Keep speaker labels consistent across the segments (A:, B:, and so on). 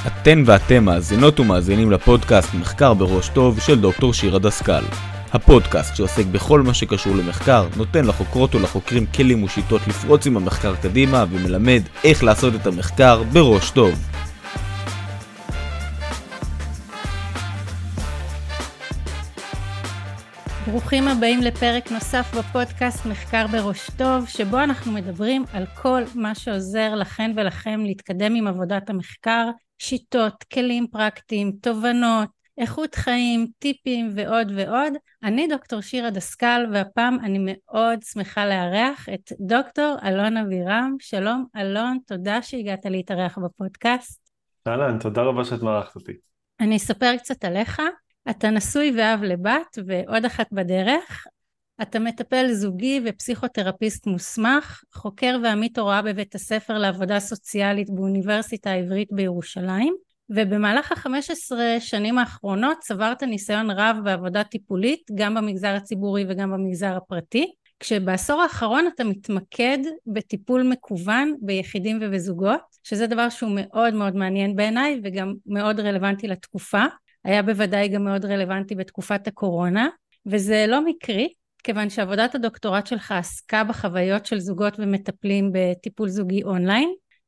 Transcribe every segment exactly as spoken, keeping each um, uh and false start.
A: אתן ואתם מאזינות ומאזינים לפודקאסט מחקר בראש טוב של דוקטור שירה דסקל. הפודקאסט שעוסק בכל מה שקשור למחקר, נותן לחוקרות ולחוקרים כלים ושיטות לפרוץ עם המחקר קדימה ומלמד איך לעשות את המחקר בראש טוב.
B: ברוכים הבאים לפרק נוסף בפודקאסט מחקר בראש טוב, שבו אנחנו מדברים על כל מה שעוזר לכן ולכם להתקדם עם עבודת המחקר, שיטות, כלים פרקטיים, תובנות, איכות חיים, טיפים ועוד ועוד. אני דוקטור שירה דסקל, והפעם אני מאוד שמחה לארח את דוקטור אלון אבירם. שלום אלון, תודה שהגעת להתארח בפודקאסט.
C: אהלן, תודה רבה שאת מארחת אותי.
B: אני אספר קצת עליך. אתה נשוי ואב לבת ועוד אחת בדרך. אתה מטפל זוגי ופסיכותרפיסט מוסמך, חוקר ועמית הוראה בבית הספר לעבודה סוציאלית באוניברסיטה העברית בירושלים, ובמהלך ה-חמש עשרה שנים האחרונות צברת ניסיון רב בעבודה טיפולית, גם במגזר הציבורי וגם במגזר הפרטי, כשבעשור האחרון אתה מתמקד בטיפול מקוון ביחידים ובזוגות, שזה דבר שהוא מאוד מאוד מעניין בעיניי וגם מאוד רלוונטי לתקופה. היה בוודאי גם מאוד רלוונטי בתקופת הקורונה, וזה לא מקרי, כיוון שעבודת הדוקטורט שלך עסקה בחוויות של זוגות ומטפלים בטיפול זוגי אונליין,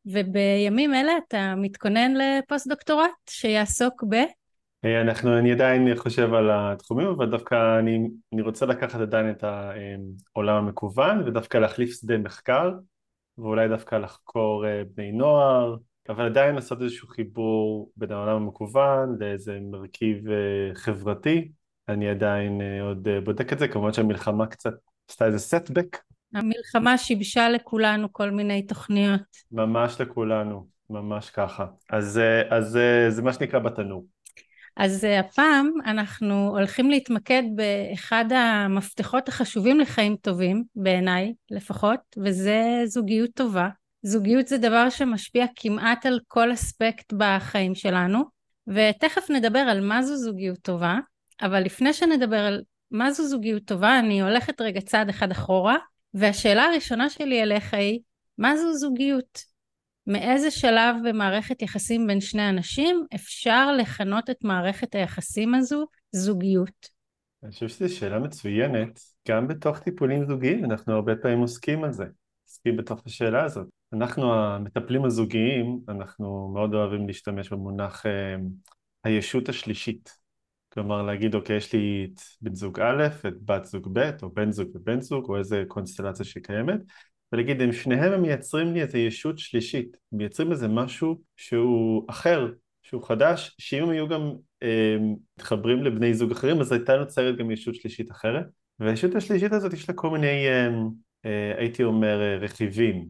B: ובימים אלה אתה מתכונן לפוסט דוקטורט שיעסוק ב...
C: אנחנו, אני עדיין חושב על התחומים, אבל דווקא אני, אני רוצה לקחת עדיין את העולם המקוון, ודווקא להחליף שדה מחקר, ואולי דווקא לחקור בני נוער, אבל עדיין לעשות איזשהו חיבור בין העולם המקוון לאיזה מרכיב חברתי. אני עדיין עוד בודק את זה, כמובן שהמלחמה קצת עשתה איזה סטבק.
B: המלחמה שיבשה לכולנו כל מיני תוכניות.
C: ממש לכולנו, ממש ככה. אז, אז זה מה שנקרא בתנור.
B: אז הפעם אנחנו הולכים להתמקד באחד המפתחות החשובים לחיים טובים, בעיניי לפחות, וזה זוגיות טובה. זוגיות זה דבר שמשפיע כמעט על כל אספקט בחיים שלנו, ותכף נדבר על מה זו זוגיות טובה, אבל לפני שנדבר על מה זו זוגיות טובה, אני הולכת רגע צעד אחד אחורה, והשאלה הראשונה שלי אליך היא, מה זו זוגיות? מאיזה שלב במערכת יחסים בין שני אנשים אפשר לכנות את מערכת היחסים הזו זוגיות?
C: אני חושב שזו שאלה מצוינת, גם בתוך טיפולים זוגיים, אנחנו הרבה פעמים עוסקים על זה, עוסקים בתוך השאלה הזאת. אנחנו המטפלים הזוגיים, אנחנו מאוד אוהבים להשתמש במונח אה, הישות השלישית. כלומר להגיד, אוקיי, יש לי את בן זוג א', את בת זוג ב', או בן זוג ובן זוג, או איזה קונסטלציה שקיימת, ולהגיד, הם שניהם הם מייצרים לי איזה ישות שלישית, מייצרים איזה משהו שהוא אחר, שהוא חדש, שאם הם יהיו גם אה, מתחברים לבני זוג אחרים, אז הייתה נוצרת גם ישות שלישית אחרת, והישות השלישית הזאת יש לה כל מיני, אה, אה, הייתי אומר, אה, רכיבים,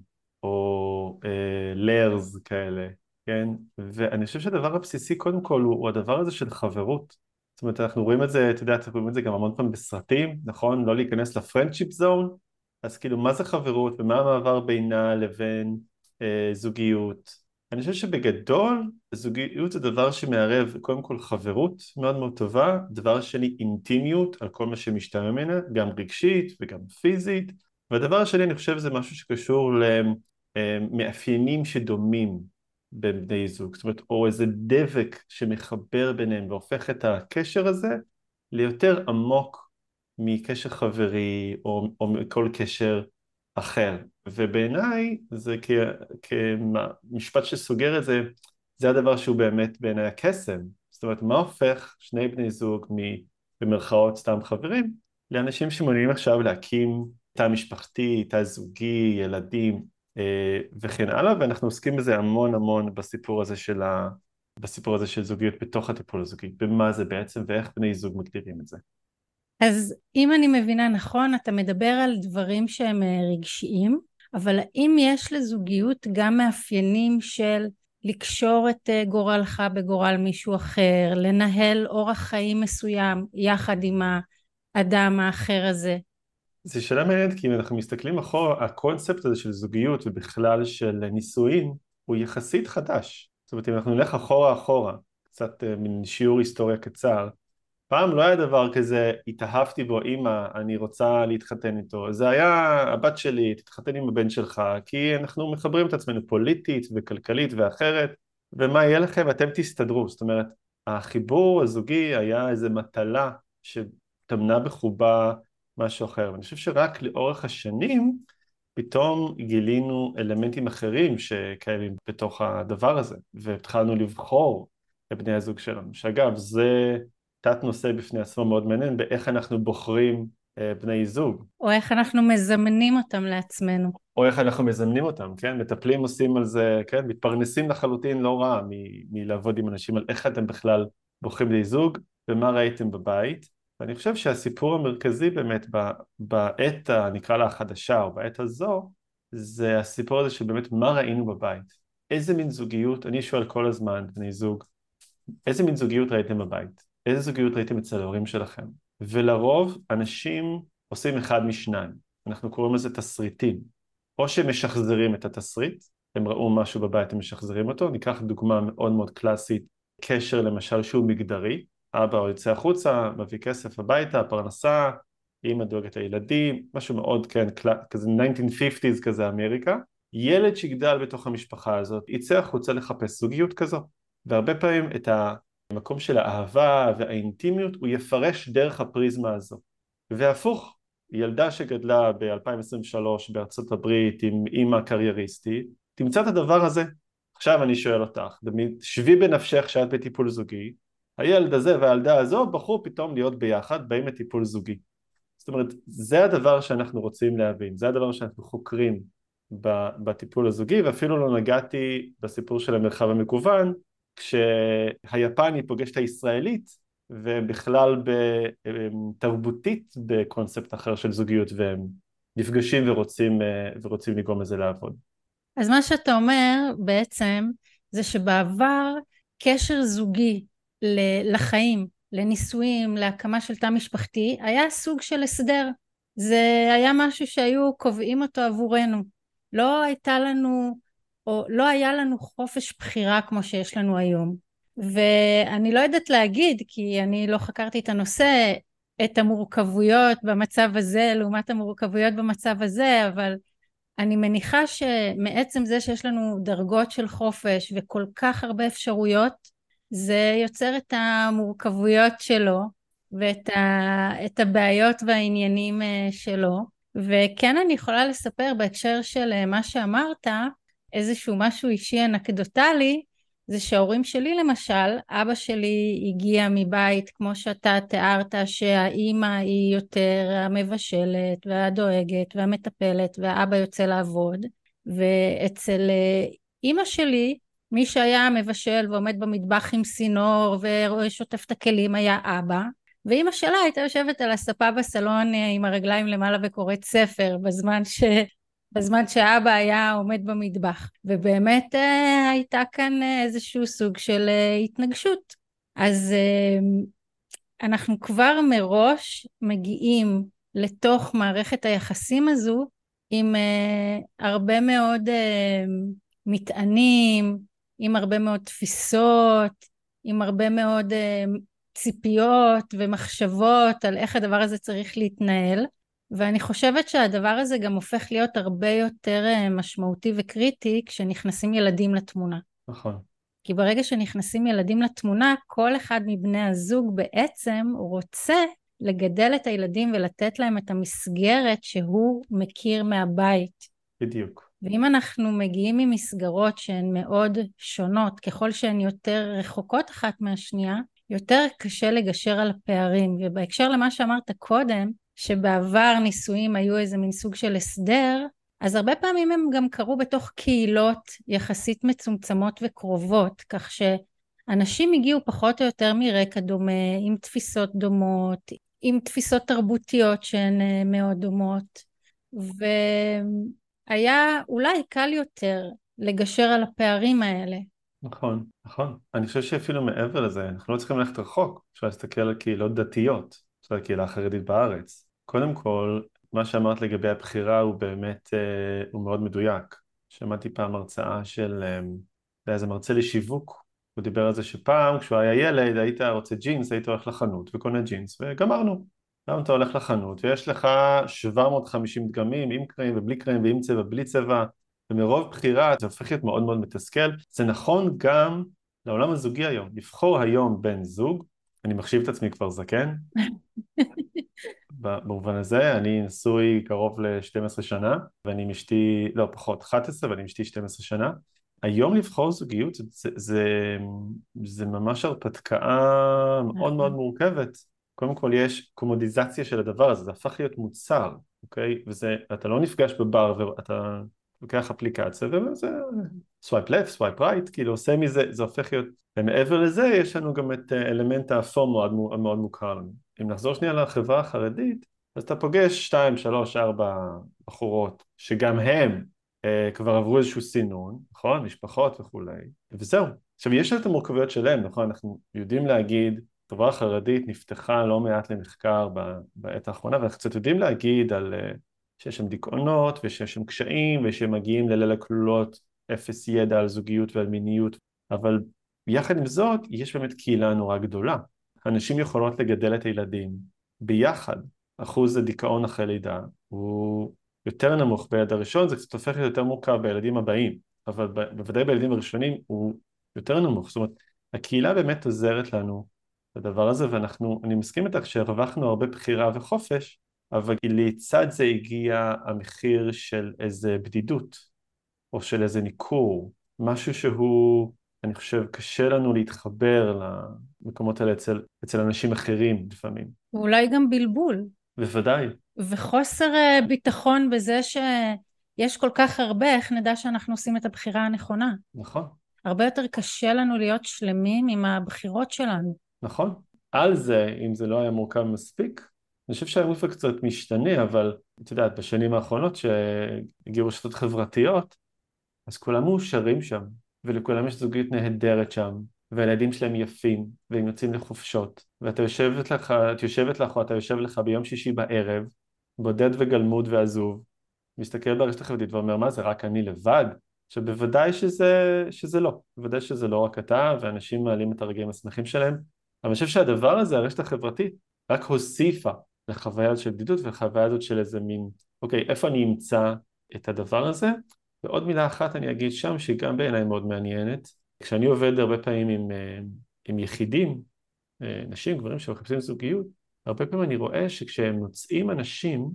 C: או ליירס כאלה, כן? ואני חושב שהדבר הבסיסי קודם כל הוא, הוא הדבר הזה של חברות. זאת אומרת, אנחנו רואים את זה, אתה יודע, אנחנו רואים את זה גם המון פעם בסרטים, נכון? לא להיכנס לפרנדשיפ זון, אז כאילו מה זה חברות ומה המעבר בינה לבין אה, זוגיות? אני חושב שבגדול, זוגיות זה דבר שמערב קודם כל חברות מאוד מאוד טובה, דבר שני אינטימיות על כל מה שמשתמע ממנה, גם רגשית וגם פיזית, והדבר השני אני חושב זה משהו שקשור למאפיינים שדומים בין בני זוג, זאת אומרת, או איזה דבק שמחבר ביניהם והופך את הקשר הזה ליותר עמוק מקשר חברי או, או מכל קשר אחר. ובעיניי זה כ, כמשפט שסוגר את זה, זה הדבר שהוא באמת בעיניי הקסם. זאת אומרת, מה הופך שני בני זוג במרכאות סתם חברים לאנשים שמעוניינים עכשיו להקים תא משפחתי, תא זוגי, ילדים וכן הלאה, ואנחנו עוסקים בזה המון המון בסיפור הזה של ה... בסיפור הזה של זוגיות בתוך הטיפול הזוגי, במה זה בעצם ואיך בני זוג מגדירים את זה.
B: אז אם אני מבינה נכון, אתה מדבר על דברים שהם רגשיים, אבל האם יש לזוגיות גם מאפיינים של לקשור את גורלך בגורל מישהו אחר, לנהל אורח חיים מסוים יחד עם האדם האחר הזה?
C: זו שאלה מעניינת, כי אם אנחנו מסתכלים אחורה, הקונספט הזה של זוגיות ובכלל של נישואין הוא יחסית חדש. זאת אומרת, אם אנחנו נלך אחורה אחורה, קצת מין שיעור היסטוריה קצר, פעם לא היה דבר כזה, התאהבתי בו, אמא, אני רוצה להתחתן איתו. זה היה הבת שלי, תתחתן עם הבן שלך, כי אנחנו מחברים את עצמנו פוליטית וכלכלית ואחרת, ומה יהיה לכם? אתם תסתדרו. זאת אומרת, החיבור הזוגי היה איזו מטלה שטמנה בחובה משהו אחר. ואני חושב שרק לאורך השנים פתאום גילינו אלמנטים אחרים שקיימים בתוך הדבר הזה, והתחלנו לבחור את בני הזוג שלנו. שאגב, זה תת נושא בפני עצמו מאוד מעניין, באיך אנחנו בוחרים בני זוג.
B: או איך אנחנו מזמנים אותם לעצמנו.
C: או איך אנחנו מזמנים אותם, כן? מטפלים עושים על זה, כן? מתפרנסים לחלוטין לא רע מ- מלעבוד עם אנשים על איך אתם בכלל בוחרים בני זוג, ומה ראיתם בבית. ואני חושב שהסיפור המרכזי באמת ב- בעת, נקרא לה החדשה, או בעת הזו, זה הסיפור הזה שבאמת מה ראינו בבית. איזה מין זוגיות, אני שואל כל הזמן בני זוג, איזה מין זוגיות ראיתם בבית? איזה זוגיות ראיתם אצל ההורים שלכם? ולרוב אנשים עושים אחד משניים. אנחנו קוראים לזה תסריטים. או שהם משחזרים את התסריט, הם ראו משהו בבית, הם משחזרים אותו. ניקח דוגמה מאוד מאוד קלאסית, קשר למשל שהוא מגדרי. אבא יוצא החוצה, מביא כסף הביתה, פרנסה, אמא דואגת לילדים, משהו מאוד, כן, כזה ניינטין פיפטיז כזה אמריקה. ילד שיגדל בתוך המשפחה הזאת, יצא החוצה לחפש זוגיות כזו. והרבה פעמים את המקום של האהבה והאינטימיות הוא יפרש דרך הפריזמה הזו. והפוך, ילדה שגדלה ב-אלפיים עשרים ושלוש בארצות הברית עם אימא קרייריסטית, תמצא את הדבר הזה. עכשיו אני שואל אותך, שבי בנפשך שאת בטיפול זוגי, הילד הזה והילדה הזו בחרו פתאום להיות ביחד, באים לטיפול זוגי. זאת אומרת, זה הדבר שאנחנו רוצים להבין, זה הדבר שאנחנו חוקרים בטיפול הזוגי, ואפילו לא נגעתי בסיפור של המרחב המקוון, כשהיפני פוגש את הישראלית, ובכלל בתרבותית בקונספט אחר של זוגיות, והם נפגשים ורוצים, ורוצים לגרום לזה לעבוד.
B: אז מה שאתה אומר בעצם, זה שבעבר קשר זוגי לחיים, לנישואים, להקמה של תא משפחתי, היה סוג של הסדר. זה היה משהו שהיו קובעים אותו עבורנו. לא הייתה לנו, או לא היה לנו חופש בחירה כמו שיש לנו היום. ואני לא יודעת להגיד, כי אני לא חקרתי את הנושא, את המורכבויות במצב הזה, לעומת המורכבויות במצב הזה, אבל אני מניחה שמעצם זה שיש לנו דרגות של חופש וכל כך הרבה אפשרויות, זה יוצר את המורכבויות שלו ואת ה, את הבעיות והעניינים שלו. וכן אני יכולה לספר בהקשר של מה שאמרת, איזשהו משהו אישי אנקדוטלי, זה שההורים שלי למשל, אבא שלי הגיע מבית כמו שאתה תיארת, שהאימא היא יותר המבשלת והדואגת והמטפלת, והאבא יוצא לעבוד, ואצל אימא שלי, מי שהיה מבשל ועומד במטבח עם סינור ושוטף את הכלים היה אבא, ואימא שלה הייתה יושבת על הספה בסלון עם הרגליים למעלה וקוראת ספר בזמן ש... בזמן שאבא היה עומד במטבח, ובאמת אה, הייתה כאן איזשהו סוג של אה, התנגשות. אז אה, אנחנו כבר מראש מגיעים לתוך מערכת היחסים הזו עם אה, הרבה מאוד אה, מטענים, עם הרבה מאוד תפיסות, עם הרבה מאוד אה, ציפיות ומחשבות על איך הדבר הזה צריך להתנהל. ואני חושבת שהדבר הזה גם הופך להיות הרבה יותר משמעותי וקריטי כשנכנסים ילדים לתמונה.
C: נכון.
B: כי ברגע שנכנסים ילדים לתמונה, כל אחד מבני הזוג בעצם רוצה לגדל את הילדים ולתת להם את המסגרת שהוא מכיר מהבית.
C: בדיוק.
B: ואם אנחנו מגיעים ממסגרות שהן מאוד שונות, ככל שהן יותר רחוקות אחת מהשנייה, יותר קשה לגשר על הפערים. ובהקשר למה שאמרת קודם, שבעבר נישואים היו איזה מין סוג של הסדר, אז הרבה פעמים הם גם קרו בתוך קהילות יחסית מצומצמות וקרובות, כך שאנשים הגיעו פחות או יותר מרקע דומה, עם תפיסות דומות, עם תפיסות תרבותיות שהן מאוד דומות, והיה אולי קל יותר לגשר על הפערים האלה.
C: נכון, נכון. אני חושב שאפילו מעבר לזה, אנחנו לא צריכים ללכת רחוק, אפשר להסתכל על קהילות דתיות, אפשר על קהילה החרדית בארץ. קודם כל, מה שאמרת לגבי הבחירה הוא באמת, אה, הוא מאוד מדויק. שמעתי פעם הרצאה של אה, איזה מרצה לשיווק, הוא דיבר על זה שפעם כשהוא היה ילד, היית רוצה ג'ינס, היית הולך לחנות וקונה ג'ינס, וגמרנו. גם אתה הולך לחנות ויש לך שבע מאות וחמישים דגמים, עם קרעים ובלי קרעים ועם צבע, בלי צבע, ומרוב בחירה זה הופך להיות מאוד מאוד מתסכל. זה נכון גם לעולם הזוגי היום. לבחור היום בן זוג, אני מחשיב את עצמי כבר זקן, במובן הזה, אני נשוי קרוב ל-שתים עשרה שנה, ואני עם אשתי, לא פחות, אחת עשרה, ואני עם אשתי שתים עשרה שנה. היום לבחור זוגיות זה, זה, זה, זה ממש הרפתקה מאוד מאוד מורכבת. קודם כל יש קומודיזציה של הדבר הזה, זה הפך להיות מוצר, אוקיי? וזה, אתה לא נפגש בבר ואתה לוקח אפליקציה, וזה סווייפ לפט, סווייפ רייט, כאילו עושה מזה, זה הופך להיות, ומעבר לזה יש לנו גם את אלמנט האפור מאוד, מאוד מוכר לנו. אם נחזור שנייה לחברה החרדית, אז אתה פוגש שתיים, שלוש, ארבע בחורות, שגם הם אה, כבר עברו איזשהו סינון, נכון? משפחות וכולי, וזהו. עכשיו יש את המורכבויות שלהם, נכון? אנחנו יודעים להגיד, החברה החרדית נפתחה לא מעט למחקר בעת האחרונה, ואנחנו קצת יודעים להגיד על שיש שם דיכאונות, ושיש שם קשיים, ושהם מגיעים לליל הכלולות, אפס ידע על זוגיות ועל מיניות, אבל יחד עם זאת, יש באמת קהילה נורא גדולה. הנשים יכולות לגדל את הילדים ביחד. אחוז הדיכאון אחרי לידה הוא יותר נמוך בילד הראשון, זה קצת הופך להיות יותר מורכב בילדים הבאים, אבל בוודאי בילדים הראשונים הוא יותר נמוך. זאת אומרת, הקהילה באמת עוזרת לנו לדבר הזה, ואנחנו, אני מסכים איתך שהרווחנו הרבה בחירה וחופש, אבל לצד זה הגיע המחיר של איזה בדידות, או של איזה ניכור, משהו שהוא, אני חושב, קשה לנו להתחבר למקומות האלה אצל, אצל אנשים אחרים לפעמים.
B: ואולי גם בלבול.
C: בוודאי.
B: וחוסר ביטחון בזה שיש כל כך הרבה, איך נדע שאנחנו עושים את הבחירה הנכונה.
C: נכון.
B: הרבה יותר קשה לנו להיות שלמים עם הבחירות שלנו.
C: נכון. על זה, אם זה לא היה מורכב מספיק, אני חושב שהמופע קצת משתנה, אבל את יודעת, בשנים האחרונות שהגיעו רשתות חברתיות, אז כולם מאושרים שם, ולכולם יש זוגיות נהדרת שם, והילדים שלהם יפים, והם יוצאים לחופשות, ואתה יושבת לך, את יושבת לך, או אתה יושב לך ביום שישי בערב, בודד וגלמוד ועזוב, מסתכל ברשת החברתית ואומר, מה זה, רק אני לבד? עכשיו, בוודאי שזה, שזה לא, בוודאי שזה לא רק אתה, ואנשים מעלים את הרגעים השמחים שלהם, אבל אני חושב שהדבר הזה, הרשת החברתית, רק הוסיפה לחוויה הזאת של בדידות, ולחוויה הזאת של איזה מין, אוקיי, איפה אני אמצא את הדבר הזה? ועוד מילה אחת אני אגיד שם, שהיא גם בעיניי מאוד מעניינת, כשאני עובד הרבה פעמים עם, עם יחידים, נשים, גברים שמחפשים זוגיות, הרבה פעמים אני רואה שכשהם מוצאים אנשים,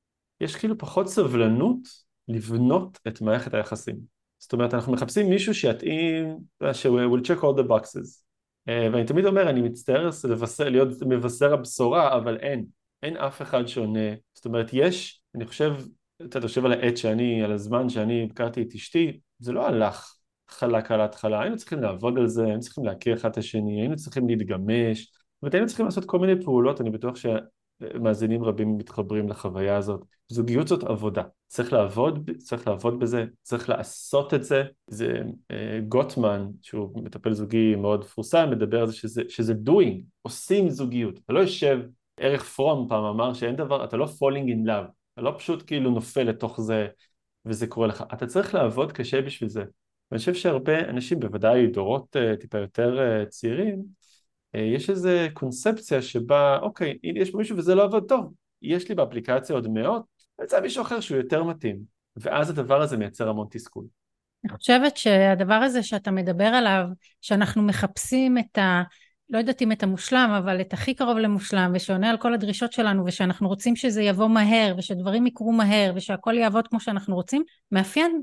C: יש כאילו פחות סבלנות לבנות את מערכת היחסים. זאת אומרת, אנחנו מחפשים מישהו שיתאים, ש-will check all the boxes. ואני תמיד אומר, אני מצטער לבשר, להיות מבשר הבשורה, אבל אין, אין אף אחד שעונה. זאת אומרת, יש, אני חושב, אתה חושב על העת שאני, על הזמן שאני בקרתי את אשתי, זה לא הלך חלק על ההתחלה, היינו צריכים לעבוד על זה, היינו צריכים להכיר אחד את השני, היינו צריכים להתגמש, זאת אומרת, היינו צריכים לעשות כל מיני פעולות, אני בטוח שמאזינים רבים מתחברים לחוויה הזאת. זוגיות זאת עבודה, צריך לעבוד, צריך לעבוד בזה, צריך לעשות את זה. זה גוטמן, שהוא מטפל זוגי מאוד פורסם, מדבר על זה שזה, שזה doing, עושים זוגיות. אתה לא יושב, ערך פרום פעם אמר שאין דבר, אתה לא falling in love, אתה לא פשוט כאילו נופל לתוך זה וזה קורה לך, אתה צריך לעבוד קשה בשביל זה. ואני חושב שהרבה אנשים, בוודאי דורות טיפה יותר צעירים, יש איזו קונספציה שבה, אוקיי, הנה יש מישהו וזה לא עבוד טוב, יש לי באפליקציה עוד מאות, ויצא מישהו אחר שהוא יותר מתאים, ואז הדבר הזה מייצר המון תסכול.
B: אני חושבת שהדבר הזה שאתה מדבר עליו, שאנחנו מחפשים את ה... לא יודעת אם את המושלם, אבל את הכי קרוב למושלם, ושעונה על כל הדרישות שלנו, ושאנחנו רוצים שזה יבוא מהר, ושדברים יקרו מהר, ושהכל יעבוד כמו שאנחנו רוצים, מאפיין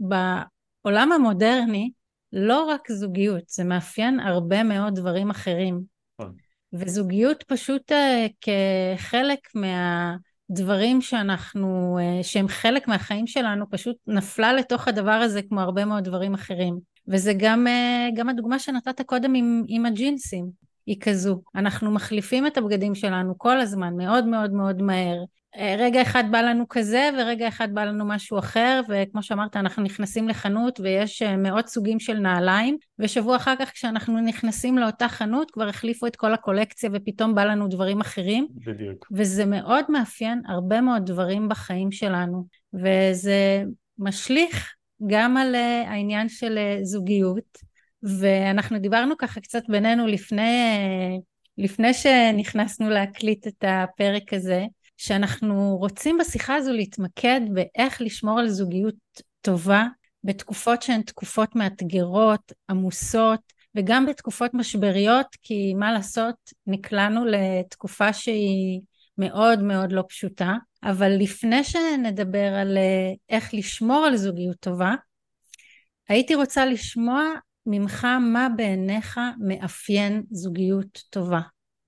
B: בעולם המודרני, לא רק זוגיות, זה מאפיין הרבה מאוד דברים אחרים. וזוגיות פשוט כחלק מהדברים שאנחנו, שהם חלק מהחיים שלנו, פשוט נפלה לתוך הדבר הזה כמו הרבה מאוד דברים אחרים. וזה גם, גם הדוגמה שנתת קודם עם, עם הג'ינסים, היא כזו. אנחנו מחליפים את הבגדים שלנו כל הזמן, מאוד מאוד מאוד מהר. רגע אחד בא לנו כזה, ורגע אחד בא לנו משהו אחר, וכמו שאמרת, אנחנו נכנסים לחנות, ויש מאות סוגים של נעליים, ושבוע אחר כך כשאנחנו נכנסים לאותה חנות, כבר החליפו את כל הקולקציה, ופתאום בא לנו דברים אחרים.
C: בדיוק.
B: וזה מאוד מאפיין הרבה מאוד דברים בחיים שלנו, וזה משליך גם על העניין של זוגיות, ואנחנו דיברנו ככה קצת בינינו לפני, לפני שנכנסנו להקליט את הפרק הזה, שאנחנו רוצים בשיחה הזו להתמקד באיך לשמור על זוגיות טובה, בתקופות שהן תקופות מאתגרות, עמוסות, וגם בתקופות משבריות, כי מה לעשות, נקלענו לתקופה שהיא מאוד מאוד לא פשוטה, אבל לפני שנדבר על איך לשמור על זוגיות טובה, הייתי רוצה לשמוע ממך מה בעיניך מאפיין זוגיות טובה.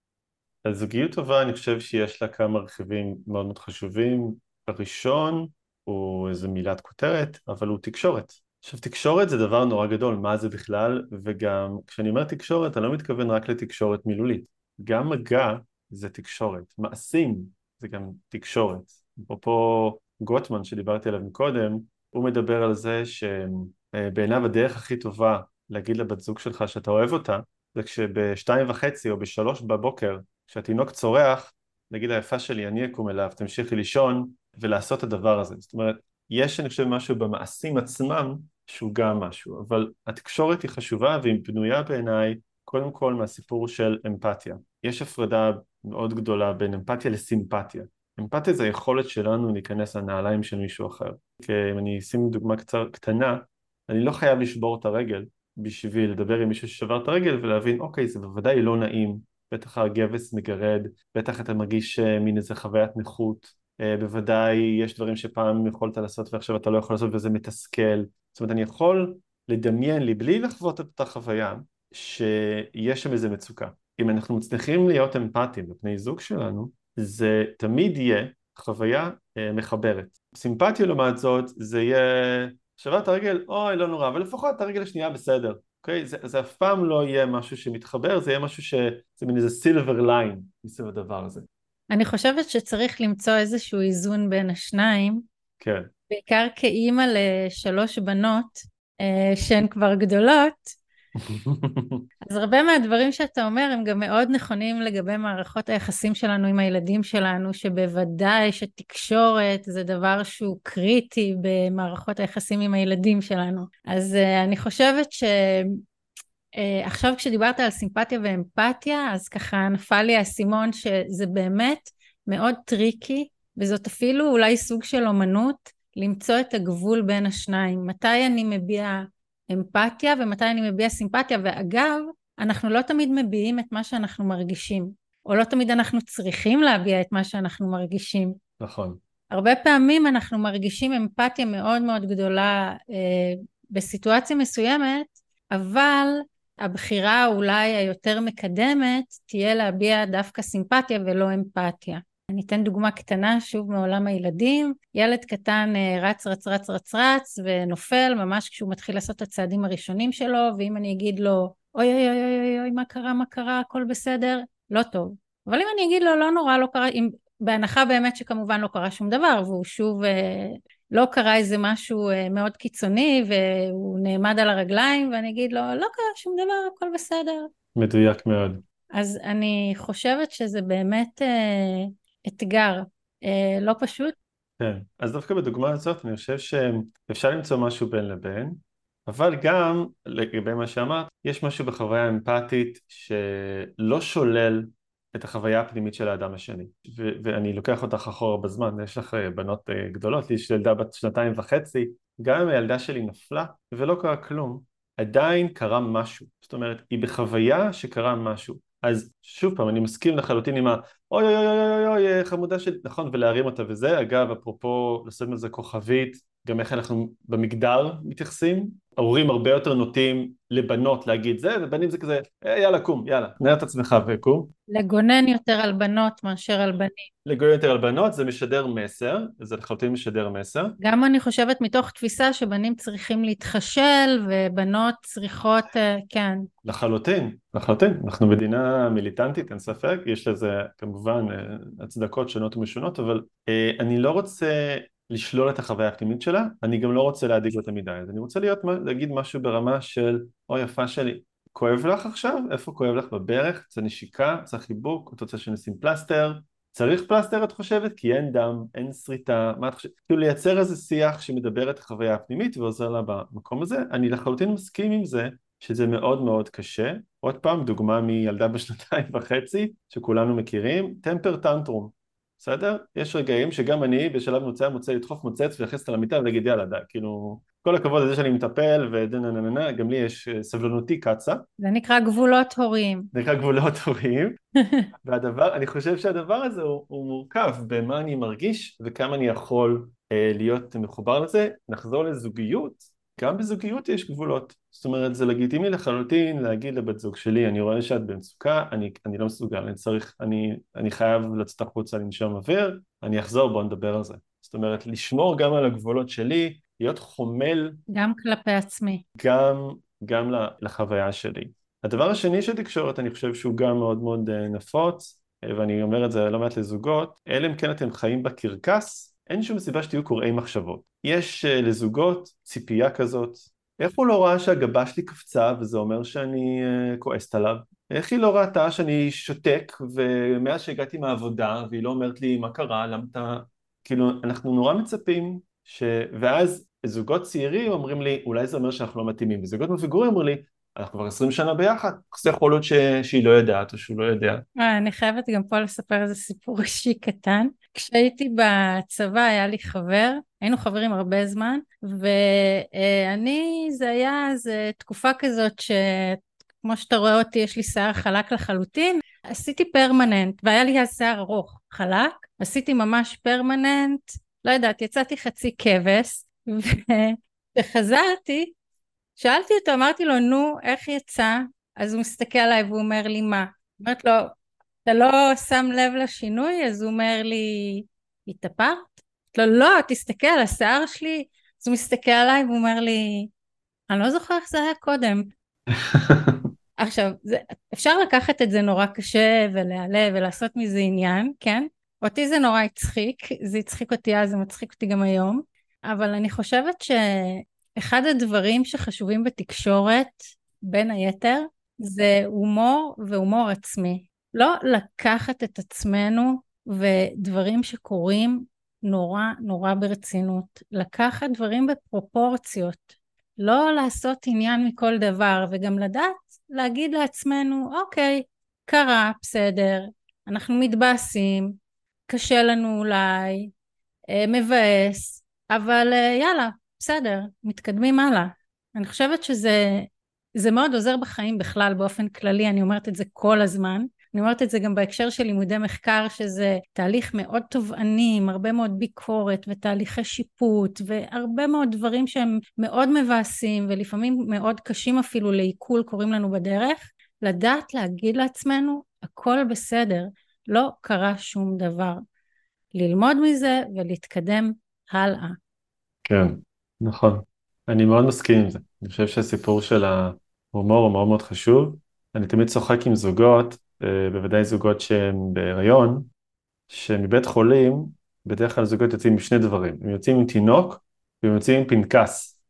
C: אז זוגיות טובה, אני חושב שיש לה כמה רכיבים מאוד מאוד חשובים. הראשון הוא איזו מילת כותרת, אבל הוא תקשורת. עכשיו, תקשורת זה דבר נורא גדול, מה זה בכלל? וגם כשאני אומר תקשורת, אני לא מתכוון רק לתקשורת מילולית. גם מגע זה תקשורת, מעשים זה גם תקשורת. אפרופו גוטמן שדיברתי עליו מקודם, הוא מדבר על זה שבעיניו הדרך הכי טובה להגיד לבת זוג שלך שאתה אוהב אותה, זה כשבשתיים וחצי או בשלוש בבוקר, כשהתינוק צורח, נגיד היפה שלי, אני אקום אליו, תמשיכי לישון ולעשות את הדבר הזה. זאת אומרת, יש אני חושב משהו במעשים עצמם שהוא גם משהו, אבל התקשורת היא חשובה והיא בנויה בעיניי קודם כל מהסיפור של אמפתיה. יש הפרדה מאוד גדולה בין אמפתיה לסימפתיה. אמפתיה זה היכולת שלנו להיכנס לנעליים של מישהו אחר. כי אם אני אשים דוגמה קצר, קטנה, אני לא חייב לשבור את הרגל בשביל לדבר עם מישהו ששבר את הרגל ולהבין, אוקיי, זה בוודאי לא נעים, בטח הגבס מגרד, בטח אתה מרגיש מין איזה חוויית נכות, בוודאי יש דברים שפעם יכולת לעשות ועכשיו אתה לא יכול לעשות וזה מתסכל. זאת אומרת, אני יכול לדמיין לי, בלי לחוות את אותה חוויה, שיש שם איזה מצוקה. אם אנחנו מצליחים להיות אמפתיים בפני זוג שלנו, זה תמיד יהיה חוויה מחברת. סימפתיה לעומת זאת, זה יהיה שבת הרגל, אוי לא נורא, אבל לפחות הרגל השנייה בסדר. אוקיי? זה, זה אף פעם לא יהיה משהו שמתחבר, זה יהיה משהו שזה מין איזה סילבר ליין מסביב הדבר הזה.
B: אני חושבת שצריך למצוא איזשהו איזון בין השניים.
C: כן.
B: בעיקר כאימא לשלוש בנות שהן כבר גדולות, אז הרבה מהדברים שאתה אומר הם גם מאוד נכונים לגבי מערכות היחסים שלנו עם הילדים שלנו, שבוודאי שתקשורת זה דבר שהוא קריטי במערכות היחסים עם הילדים שלנו. אז אני חושבת שעכשיו כשדיברת על סימפתיה ואמפתיה, אז ככה נפל לי האסימון שזה באמת מאוד טריקי, וזאת אפילו אולי סוג של אומנות, למצוא את הגבול בין השניים. מתי אני מביע אמפתיה ומתי אני מביע סימפתיה, ואגב, אנחנו לא תמיד מביעים את מה שאנחנו מרגישים, או לא תמיד אנחנו צריכים להביע את מה שאנחנו מרגישים.
C: נכון.
B: הרבה פעמים אנחנו מרגישים אמפתיה מאוד מאוד גדולה אה, בסיטואציה מסוימת, אבל הבחירה אולי היותר מקדמת תהיה להביע דווקא סימפתיה ולא אמפתיה. אני אתן דוגמה קטנה שוב מעולם הילדים, ילד קטן רץ רץ רץ רץ רץ ונופל ממש כשהוא מתחיל לעשות את הצעדים הראשונים שלו, ואם אני אגיד לו אוי אוי אוי אוי אוי מה קרה מה קרה הכל בסדר, לא טוב. אבל אם אני אגיד לו לא נורא לא קרה, אם, בהנחה באמת שכמובן לא קרה שום דבר, והוא שוב לא קרה איזה משהו מאוד קיצוני והוא נעמד על הרגליים, ואני אגיד לו לא קרה שום דבר הכל בסדר.
C: מדויק מאוד.
B: אז אני חושבת שזה באמת אתגר, אה, לא פשוט.
C: כן, אז דווקא בדוגמה הזאת אני חושב שאפשר למצוא משהו בין לבין, אבל גם לגבי מה שאמרת, יש משהו בחוויה אמפתית שלא שולל את החוויה הפנימית של האדם השני. ו- ואני לוקח אותך אחורה בזמן, יש לך בנות גדולות, יש ילדה בת שנתיים וחצי, גם אם הילדה שלי נפלה ולא קרה כלום, עדיין קרה משהו. זאת אומרת, היא בחוויה שקרה משהו. אז שוב פעם, אני מסכים לחלוטין עם ה... אוי אוי אוי אוי אוי אוי חמודה שלי, נכון, ולהרים אותה וזה. אגב, אפרופו, לעשות מזה כוכבית, גם איך אנחנו במגדר מתייחסים. ההורים הרבה יותר נוטים לבנות להגיד זה, ובנים זה כזה, יאללה קום, יאללה, נראה את עצמך וקום.
B: לגונן יותר על בנות מאשר על בנים.
C: לגונן יותר על בנות, זה משדר מסר, זה לחלוטין משדר מסר.
B: גם אני חושבת מתוך תפיסה שבנים צריכים להתחשל, ובנות צריכות, כן.
C: לחלוטין, לחלוטין. אנחנו מדינה מיליטנטית, אין ספק, יש לזה כמובן הצדקות שונות ומשונות, אבל אה, אני לא רוצה לשלול את החוויה הפנימית שלה, אני גם לא רוצה להדיג אותה מדי, אז אני רוצה להיות, להגיד משהו ברמה של, אוי יפה שלי, כואב לך עכשיו? איפה כואב לך? בברך? צריך נשיקה? צריך חיבוק? את רוצה שנשים פלסטר? צריך פלסטר את חושבת? כי אין דם, אין שריטה, מה את חושבת? כאילו לייצר איזה שיח שמדבר את החוויה הפנימית ועוזר לה במקום הזה. אני לחלוטין מסכים עם זה שזה מאוד מאוד קשה. עוד פעם, דוגמה מילדה בשנתיים וחצי שכולנו מכירים, טמפר טנטרום. בסדר? יש רגעים שגם אני בשלב מוצא מוצא לדחוף מוצץ ולחס על המיטה ולהגיד יאללה די, כאילו כל הכבוד לזה שאני מטפל, ודננננה, גם לי יש סבלנותי קצה.
B: זה נקרא גבולות הוריים.
C: זה נקרא גבולות הוריים. והדבר, אני חושב שהדבר הזה הוא, הוא מורכב במה אני מרגיש וכמה אני יכול אה, להיות מחובר לזה. נחזור לזוגיות. גם בזוגיות יש גבולות. זאת אומרת, זה לגיטימי לחלוטין להגיד לבת זוג שלי, אני רואה שאת במצוקה, אני, אני לא מסוגל, אני צריך, אני, אני חייב לצאת החוצה לנשום אוויר, אני אחזור, בוא נדבר על זה. זאת אומרת, לשמור גם על הגבולות שלי, להיות חומל.
B: גם כלפי עצמי.
C: גם, גם לחוויה שלי. הדבר השני של תקשורת, אני חושב שהוא גם מאוד מאוד נפוץ, ואני אומר את זה לא מעט לזוגות, אלא אם כן אתם חיים בקרקס, אין שום סיבה שתהיו קוראי מחשבות. יש לזוגות ציפייה כזאת, איך הוא לא ראה שהגבה שלי קפצה וזה אומר שאני כועסת עליו? איך היא לא ראתה שאני שותק ומאז שהגעתי מהעבודה והיא לא אומרת לי מה קרה, למה אתה... כאילו אנחנו נורא מצפים ש... ואז זוגות צעירים אומרים לי אולי זה אומר שאנחנו לא מתאימים, וזוגות מבוגרים אומרים לי אנחנו כבר עשרים שנה ביחד, זה יכול להיות ש... שהיא לא יודעת או שהוא לא יודע.
B: אני חייבת גם פה לספר איזה סיפור אישי קטן. כשהייתי בצבא היה לי חבר, היינו חברים הרבה זמן, ואני, זה היה איזה תקופה כזאת שכמו שאתה רואה אותי, יש לי שיער חלק לחלוטין, עשיתי פרמננט, והיה לי השיער ארוך חלק, עשיתי ממש פרמננט, לא יודעת, יצאתי חצי כבש, וכשחזרתי, שאלתי אותו, אמרתי לו, נו, איך יצא? אז הוא מסתכל עליי והוא אומר לי, מה? אמרת לו, אתה לא שם לב לשינוי? אז הוא אומר לי, התאפרת? לא, לא, תסתכל, השיער שלי. אז הוא מסתכל עליי והוא אומר לי, אני לא זוכר איך זה היה קודם. עכשיו, זה, אפשר לקחת את זה נורא קשה ולהעלב ולעשות מזה עניין, כן? אותי זה נורא הצחיק, זה הצחיק אותי אז, זה מצחיק אותי גם היום, אבל אני חושבת שאחד הדברים שחשובים בתקשורת, בין היתר, זה הומור והומור עצמי. לא לקחת את עצמנו ודברים שקורים נורא נורא ברצינות, לקחת דברים בפרופורציות, לא לעשות עניין מכל דבר, וגם לדעת להגיד לעצמנו, אוקיי, קרה, בסדר, אנחנו מתבאסים, קשה לנו אולי, מבאס, אבל יאללה, בסדר, מתקדמים הלאה. אני חושבת שזה זה מאוד עוזר בחיים בכלל, באופן כללי, אני אומרת את זה כל הזמן, אני אומרת את זה גם בהקשר של לימודי מחקר, שזה תהליך מאוד תובעני, עם הרבה מאוד ביקורת ותהליכי שיפוט, והרבה מאוד דברים שהם מאוד מבאסים, ולפעמים מאוד קשים אפילו לעיכול קוראים לנו בדרך, לדעת להגיד לעצמנו, הכל בסדר, לא קרה שום דבר. ללמוד מזה ולהתקדם הלאה.
C: כן, נכון. אני מאוד מסכים עם זה. אני חושב שהסיפור של ההומור הוא מאוד מאוד חשוב. אני תמיד צוחק עם זוגות, בוודאי זוגות שהם בהיריון, שמבית חולים, בדרך כלל זוגות יוצאים עם שני דברים. הם יוצאים עם תינוק, והם יוצאים עם פנקס.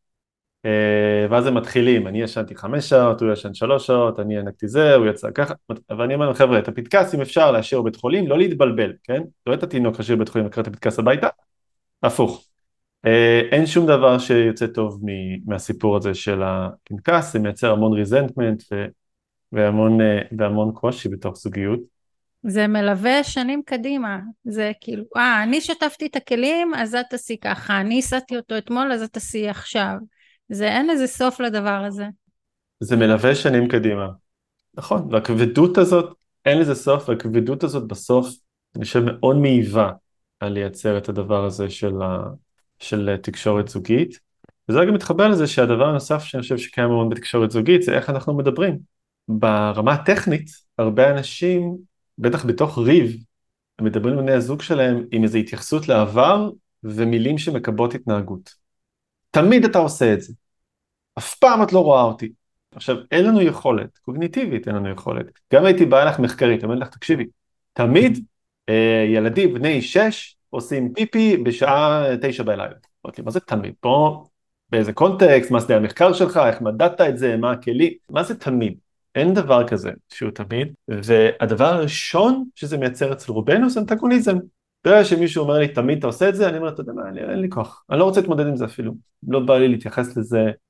C: ואז הם מתחילים, אני ישנתי חמש שעות, הוא ישן שלוש שעות, אני ינקתי זה, הוא יצא ככה, אבל אני אומר, חבר'ה, את הפנקס אם אפשר להשאיר בבית חולים, לא להתבלבל, כן? לא את התינוק להשאיר בבית חולים, לקראת הפנקס הביתה, הפוך. אין שום דבר שיוצא טוב מהסיפור הזה של הפנקס, זה מייצר המון ריזנטמנט והמון, והמון קושי בתוך זוגיות.
B: זה מלווה שנים קדימה, זה כאילו, אה, אני שטפתי את הכלים, אז את תעשי ככה, אני עשיתי אותו אתמול, אז את תעשי עכשיו. זה אין איזה סוף לדבר הזה. זה
C: מלווה שנים קדימה. נכון, והכבדות הזאת, אין לזה סוף, והכבדות הזאת בסוף, אני חושב מאוד מעיבה על לייצר את הדבר הזה של, ה, של תקשורת זוגית. וזה גם מתחבר לזה שהדבר הנוסף שאני חושב שקיים מאוד בתקשורת זוגית, זה איך אנחנו מדברים. ברמה הטכנית, הרבה אנשים, בטח בתוך ריב, הם מדברים לבני הזוג שלהם עם איזו התייחסות לעבר, ומילים שמקבות התנהגות. תמיד אתה עושה את זה. אף פעם את לא רואה אותי. עכשיו, אין לנו יכולת, קוגניטיבית אין לנו יכולת. גם הייתי באה לך מחקרית, אמרתי לך, תקשיבי, תמיד אה, ילדים בני שש עושים פיפי בשעה תשע בלילה. אמרתי, מה זה תמיד? פה, באיזה קונטקסט, מה זה המחקר שלך, איך מדדת את זה, מה הכלי, מה זה תמיד? אין דבר כזה שהוא תמיד, והדבר הראשון שזה מייצר אצל רובנו זה אנטגוניזם. ברגע שמישהו אומר לי, תמיד אתה עושה את זה, אני אומר, אתה יודע מה, אין לי כוח, אני לא רוצה להתמודד עם זה אפילו, לא בא לי להתייחס לזה,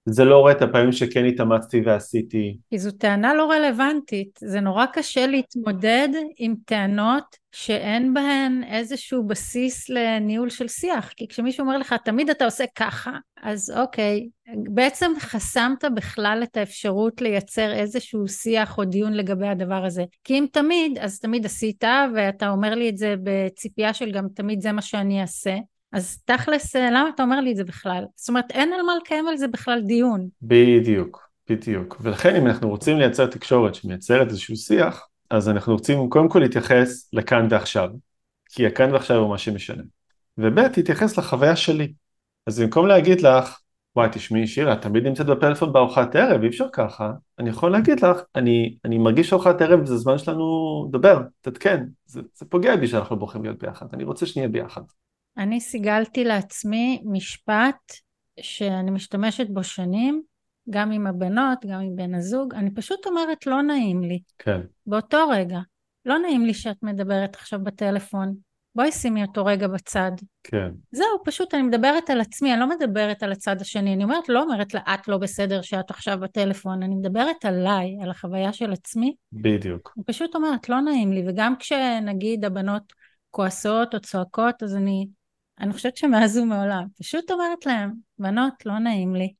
C: זה לא רואה את הפעמים שכן התאמצתי ועשיתי.
B: כי זו טענה לא רלוונטית, זה נורא קשה להתמודד עם טענות שאין בהן איזשהו בסיס לניהול של שיח, כי כשמישהו אומר לך, תמיד אתה עושה ככה, אז אוקיי, בעצם חסמת בכלל את האפשרות לייצר איזשהו שיח או דיון לגבי הדבר הזה, כי אם תמיד, אז תמיד עשית, ואתה אומר לי את זה בציפייה של גם תמיד זה מה שאני אעשה, אז תכלס, למה אתה אומר לי את זה בכלל? זאת אומרת, אין על מה לקיים על זה בכלל דיון.
C: בדיוק, בדיוק. ולכן אם אנחנו רוצים לייצר תקשורת שמייצרת איזשהו שיח, אז אנחנו רוצים קודם כל להתייחס לכאן ועכשיו, כי הכאן ועכשיו הוא מה שמשנה. וב' להתייחס לחוויה שלי. אז במקום להגיד לך, וואי תשמעי שירה, תמיד נמצאת בפלאפון בארוחת ערב, אי אפשר ככה, אני יכול להגיד לך, אני, אני מרגיש ארוחת ערב, זה זמן שלנו לדבר, תתקן, זה, זה פוגע בי שאנחנו בוחרים להיות ביחד, אני רוצה שנהיה ביחד.
B: אני סיגלתי לעצמי משפט שאני משתמשת בו שנים, גם עם הבנות, גם עם בן הזוג, אני פשוט אומרת לא נעים לי.
C: כן.
B: באותו רגע, לא נעים לי שאת מדברת עכשיו בטלפון, בואי שימי אותו רגע בצד.
C: כן.
B: זהו, פשוט אני מדברת על עצמי, אני לא מדברת על הצד השני, אני אומרת, לא אומרת לה, את לא בסדר שאת עכשיו בטלפון, אני מדברת עליי, על החוויה של עצמי.
C: בדיוק.
B: אני פשוט אומרת, לא נעים לי, וגם כשנגיד הבנות כועסות או צועקות, אז אני, אני חושבת שמאז ומעולם, פשוט אומרת להם, בנות, לא נעים לי.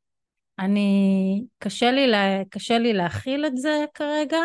B: אני, קשה לי, לה, קשה לי להכיל את זה כרגע,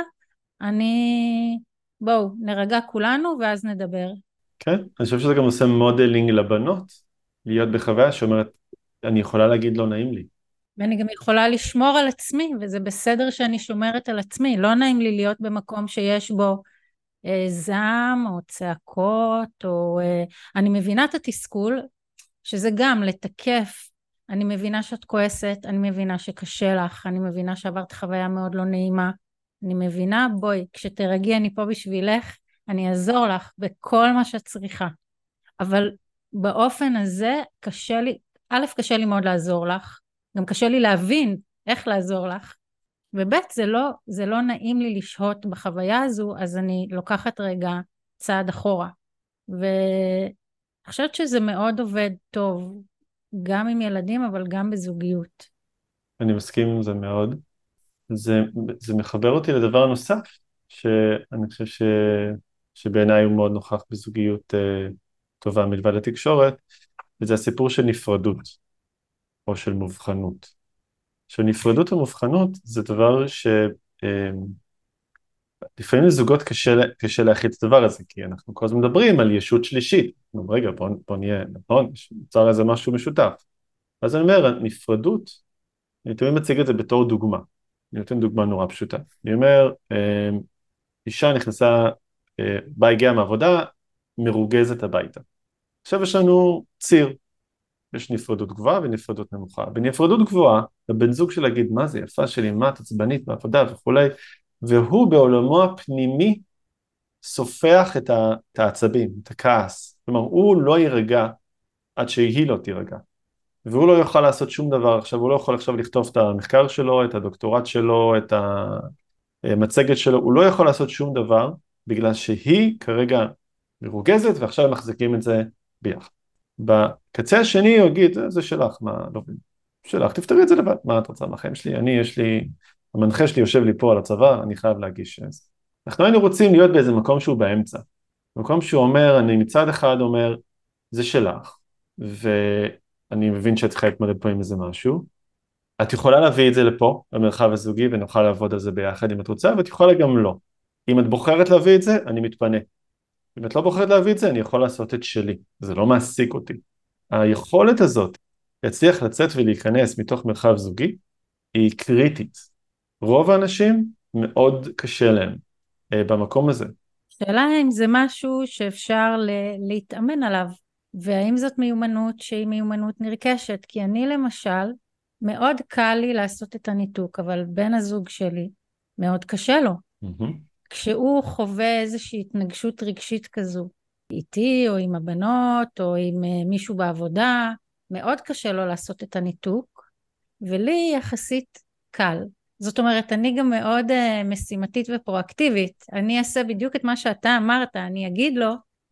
B: אני, בואו, נרגע כולנו ואז נדבר.
C: כן, אני חושב שזה גם עושה מודלינג לבנות, להיות בחוויה שאומרת, אני יכולה להגיד לא נעים לי.
B: ואני גם יכולה לשמור על עצמי, וזה בסדר שאני שומרת על עצמי, לא נעים לי להיות במקום שיש בו אה, זעם או צעקות, או אה, אני מבינה את התסכול, שזה גם לתקף, אני מבינה שאת כועסת, אני מבינה שקשה לך, אני מבינה שעברת חוויה מאוד לא נעימה, אני מבינה, בואי, כשתרגי אני פה בשבילך, אני אעזור לך בכל מה שאת צריכה. אבל באופן הזה קשה לי, א', קשה לי מאוד לעזור לך, גם קשה לי להבין איך לעזור לך, וב' זה לא, זה לא נעים לי לשהות בחוויה הזו, אז אני לוקחת רגע צעד אחורה. ואני חושבת שזה מאוד עובד טוב, גם עם ילדים, אבל גם בזוגיות.
C: אני מסכים עם זה מאוד. זה, זה מחבר אותי לדבר נוסף, שאני חושב ש, שבעיניי הוא מאוד נוכח בזוגיות אה, טובה מלבד התקשורת, וזה הסיפור של נפרדות, או של מובחנות. שנפרדות ומובחנות זה דבר ש... אה, לפעמים לזוגות קשה, קשה להכיל את הדבר הזה, כי אנחנו כל הזמן מדברים על ישות שלישית. נו, רגע, בוא, בוא נהיה, נכון, נוצר איזה משהו משותף. אז אני אומר, נפרדות, אני תמיד מציג את זה בתור דוגמה. אני נותן דוגמה נורא פשוטה. אני אומר, אישה נכנסה, בה הגיעה מעבודה, מרוגזת הביתה. עכשיו יש לנו ציר, יש נפרדות גבוהה ונפרדות נמוכה. בנפרדות גבוהה, הבן זוג שלה יגיד, מה זה יפה שלי, מה את עצבנית בעבודה וכולי, והוא בעולמו הפנימי סופח את העצבים, את הכעס. כלומר, הוא לא יירגע עד שהיא לא תירגע. והוא לא יוכל לעשות שום דבר. עכשיו, הוא לא יכול עכשיו לכתוב את המחקר שלו, את הדוקטורט שלו, את המצגת שלו. הוא לא יכול לעשות שום דבר, בגלל שהיא כרגע מרוגזת, ועכשיו הם מחזיקים את זה ביחד. בקצה השני הוא יגיד, זה שלך, מה, לא מבין. שלך, תפתרי את זה לבד. מה את רוצה מהחיים שלי? אני, יש לי... המנחה שלי יושב לי פה על הצבא, אני חייב להגיש את זה. אנחנו היינו רוצים להיות באיזה מקום שהוא באמצע. מקום שהוא אומר, אני מצד אחד אומר, זה שלך, ואני מבין שאת צריכה להתמודד פה עם איזה משהו. את יכולה להביא את זה לפה, למרחב הזוגי, ונוכל לעבוד על זה ביחד אם את רוצה, ואת יכולה גם לא. אם את בוחרת להביא את זה, אני מתפנה. אם את לא בוחרת להביא את זה, אני יכול לעשות את שלי. זה לא מעסיק אותי. היכולת הזאת, להצליח לצאת ולהיכנס מתוך מרחב זוגי, היא קריטית. רוב האנשים מאוד קשה להם אה, במקום הזה.
B: שאלה אם זה משהו שאפשר להתאמן עליו, והאם זאת מיומנות שהיא מיומנות נרכשת, כי אני למשל, מאוד קל לי לעשות את הניתוק, אבל בן הזוג שלי מאוד קשה לו. Mm-hmm. כשהוא חווה איזושהי התנגשות רגשית כזו, איתי או עם הבנות או עם מישהו בעבודה, מאוד קשה לו לעשות את הניתוק, ולי יחסית קל. זאת אומרת, אני גם מאוד uh, משימתית ופרואקטיבית. אני אעשה בדיוק את מה שאתה אמרת, אני אגיד לו,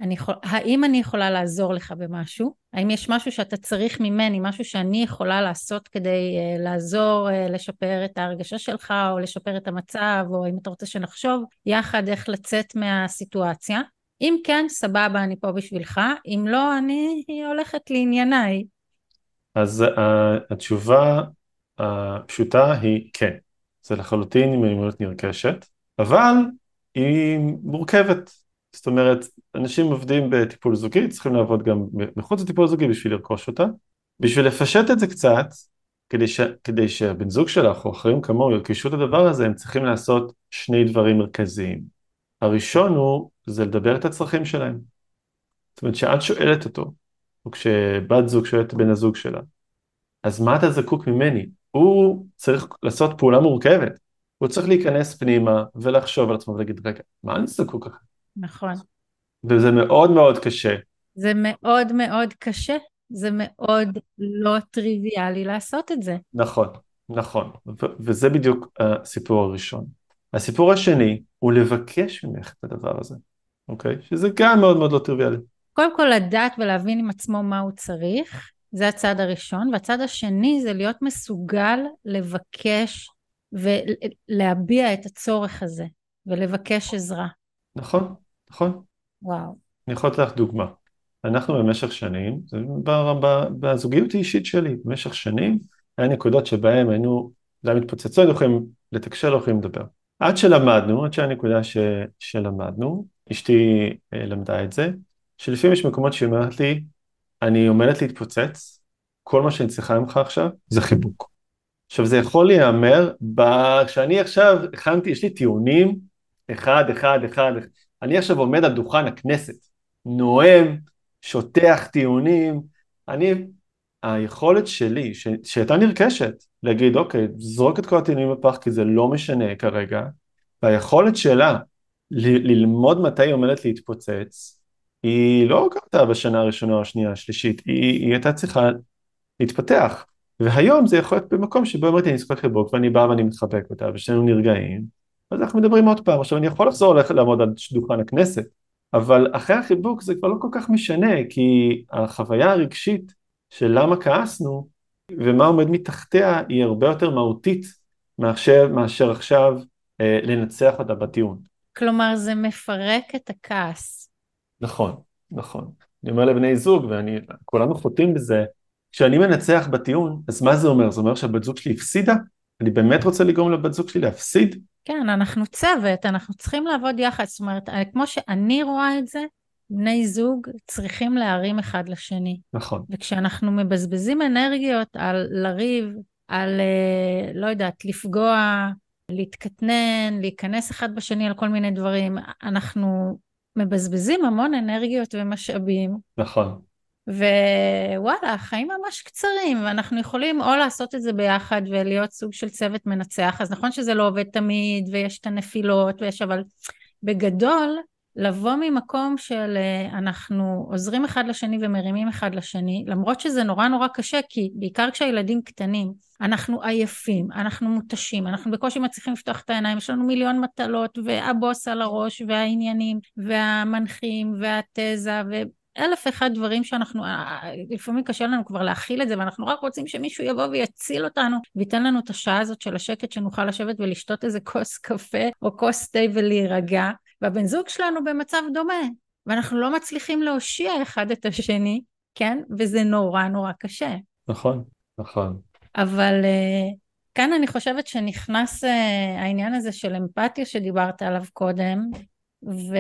B: אני יכול, האם אני יכולה לעזור לך במשהו? האם יש משהו שאתה צריך ממני, משהו שאני יכולה לעשות כדי uh, לעזור, uh, לשפר את ההרגשה שלך, או לשפר את המצב, או אם אתה רוצה שנחשוב יחד איך לצאת מהסיטואציה? אם כן, סבבה, אני פה בשבילך, אם לא, אני הולכת לענייניי.
C: אז uh, התשובה הפשוטה היא כן. זה לחלוטין מיומנות נרכשת, אבל היא מורכבת. זאת אומרת, אנשים עובדים בטיפול זוגי, צריכים לעבוד גם מחוץ לטיפול זוגי בשביל לרכוש אותה. בשביל לפשט את זה קצת, כדי, ש... כדי שהבן זוג שלך או אחרים כמוהו ירכשו את הדבר הזה, הם צריכים לעשות שני דברים מרכזיים. הראשון הוא, זה לדבר את הצרכים שלהם. זאת אומרת, שאת שואלת אותו, או כשבת זוג שואלת את בן הזוג שלה, אז מה אתה זקוק ממני? הוא צריך לעשות פעולה מורכבת. הוא צריך להיכנס פנימה ולחשוב על עצמו ולהגיד, רגע, מה אני זקוק ככה?
B: נכון.
C: וזה מאוד מאוד קשה.
B: זה מאוד מאוד קשה. זה מאוד לא טריוויאלי לעשות את זה.
C: נכון, נכון. ו- וזה בדיוק הסיפור הראשון. הסיפור השני הוא לבקש ממך את הדבר הזה, אוקיי? שזה גם מאוד מאוד לא טריוויאלי.
B: קודם כל לדעת ולהבין עם עצמו מה הוא צריך, זה הצד הראשון, והצד השני זה להיות מסוגל לבקש ולהביע את הצורך הזה, ולבקש עזרה.
C: נכון, נכון.
B: וואו.
C: אני יכול לתת לך דוגמה. אנחנו במשך שנים, זה ב- ב- בזוגיות האישית שלי, במשך שנים, היה נקודות שבהן היינו, זה היה מתפוצצות, היינו יכולים לתקשר, לא יכולים לדבר. עד שלמדנו, עד שהנקודה ש, שלמדנו, אשתי אה, למדה את זה, שלפעמים יש מקומות שהיא אומרת לי, אני עומדת להתפוצץ, כל מה שאני צריכה ממך עכשיו זה חיבוק. עכשיו זה יכול להיאמר, כשאני עכשיו הכנתי, יש לי טיעונים, אחד, אחד, אחד, אני עכשיו עומד על דוכן הכנסת, נואם, שוטח טיעונים, אני, היכולת שלי, ש, שהייתה נרכשת, להגיד, אוקיי, זרוק את כל הטיעונים בפח, כי זה לא משנה כרגע, והיכולת שלה ל, ללמוד מתי היא עומדת להתפוצץ, היא לא קרתה בשנה הראשונה או השנייה השלישית, היא, היא הייתה צריכה להתפתח, והיום זה יכול להיות במקום שבו אמרתי, אני זקוק חיבוק, ואני בא ואני מחבק אותה, ושנינו נרגעים, אז אנחנו מדברים עוד פעם, עכשיו אני יכול לחזור לעמוד על דוכן הכנסת, אבל אחרי החיבוק זה כבר לא כל כך משנה, כי החוויה הרגשית של למה כעסנו, ומה עומד מתחתיה, היא הרבה יותר מהותית, מאשר, מאשר עכשיו אה, לנצח אותה בטיעון.
B: כלומר, זה מפרק את הכעס.
C: נכון, נכון. אני אומר לבני זוג, וכולנו חוטאים בזה, כשאני מנצח בטיעון, אז מה זה אומר? זה אומר שהבת זוג שלי הפסידה? אני באמת רוצה לגרום לבת זוג שלי להפסיד?
B: כן, אנחנו צוות, אנחנו צריכים לעבוד יחד, זאת אומרת, כמו שאני רואה את זה, בני זוג צריכים להרים אחד לשני.
C: נכון.
B: וכשאנחנו מבזבזים אנרגיות על לריב, על, לא יודעת, לפגוע, להתקטנן, להיכנס אחד בשני על כל מיני דברים, אנחנו מבזבזים המון אנרגיות ומשאבים.
C: נכון.
B: ווואלה, החיים ממש קצרים, ואנחנו יכולים או לעשות את זה ביחד ולהיות סוג של צוות מנצח, אז נכון שזה לא עובד תמיד, ויש את הנפילות, ויש, אבל בגדול, לבוא ממקום של אנחנו עוזרים אחד לשני ומרימים אחד לשני, למרות שזה נורא נורא קשה, כי בעיקר כשהילדים קטנים, אנחנו עייפים, אנחנו מותשים, אנחנו בקושי מצליחים לפתוח את העיניים, יש לנו מיליון מטלות, והבוס על הראש, והעניינים, והמנחים, והתזה, ו... אלף אחד דברים שאנחנו, לפעמים קשה לנו כבר להכיל את זה, ואנחנו רק רוצים שמישהו יבוא ויציל אותנו, ויתן לנו את השעה הזאת של השקט, שנוכל לשבת ולשתות איזה כוס קפה, או כוס תה ולהירגע, והבן זוג שלנו במצב דומה, ואנחנו לא מצליחים להושיע אחד את השני, כן? וזה נורא נורא קשה.
C: נכון, נכון.
B: אבל כאן אני חושבת שנכנס העניין הזה של אמפתיה שדיברת עליו קודם, ו...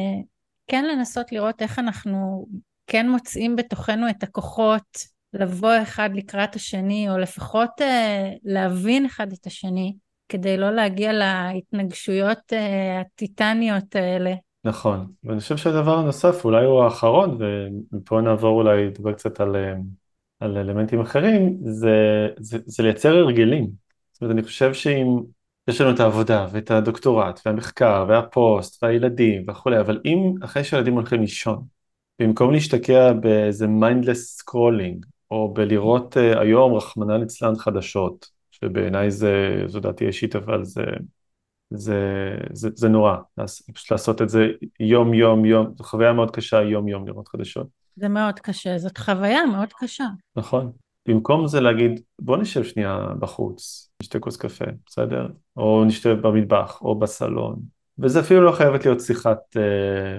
B: כן לנסות לראות איך אנחנו כן מוצאים בתוכנו את הכוחות לבוא אחד לקראת השני, או לפחות אה, להבין אחד את השני, כדי לא להגיע להתנגשויות אה, הטיטניות האלה.
C: נכון, ואני חושב שהדבר הנוסף אולי הוא האחרון, ופה נעבור אולי לדבר קצת על, על אלמנטים אחרים, זה, זה, זה לייצר הרגלים. זאת אומרת, אני חושב שאם יש לנו את העבודה ואת הדוקטורט והמחקר והפוסט והילדים וכו', אבל אם אחרי שהילדים הולכים לישון, במקום להשתקע באיזה mindless scrolling, או בלראות uh, היום רחמנא ליצלן חדשות, שבעיניי זה, זו דעתי אישית, אבל זה זה, זה, זה נורא, אז פשוט לעשות את זה יום יום יום, זו חוויה מאוד קשה יום יום לראות חדשות.
B: זה מאוד קשה, זאת חוויה מאוד קשה.
C: נכון. במקום זה להגיד, בוא נשב שנייה בחוץ, נשתה כוס קפה, בסדר? או נשתה במטבח, או בסלון. וזה אפילו לא חייבת להיות שיחת אה,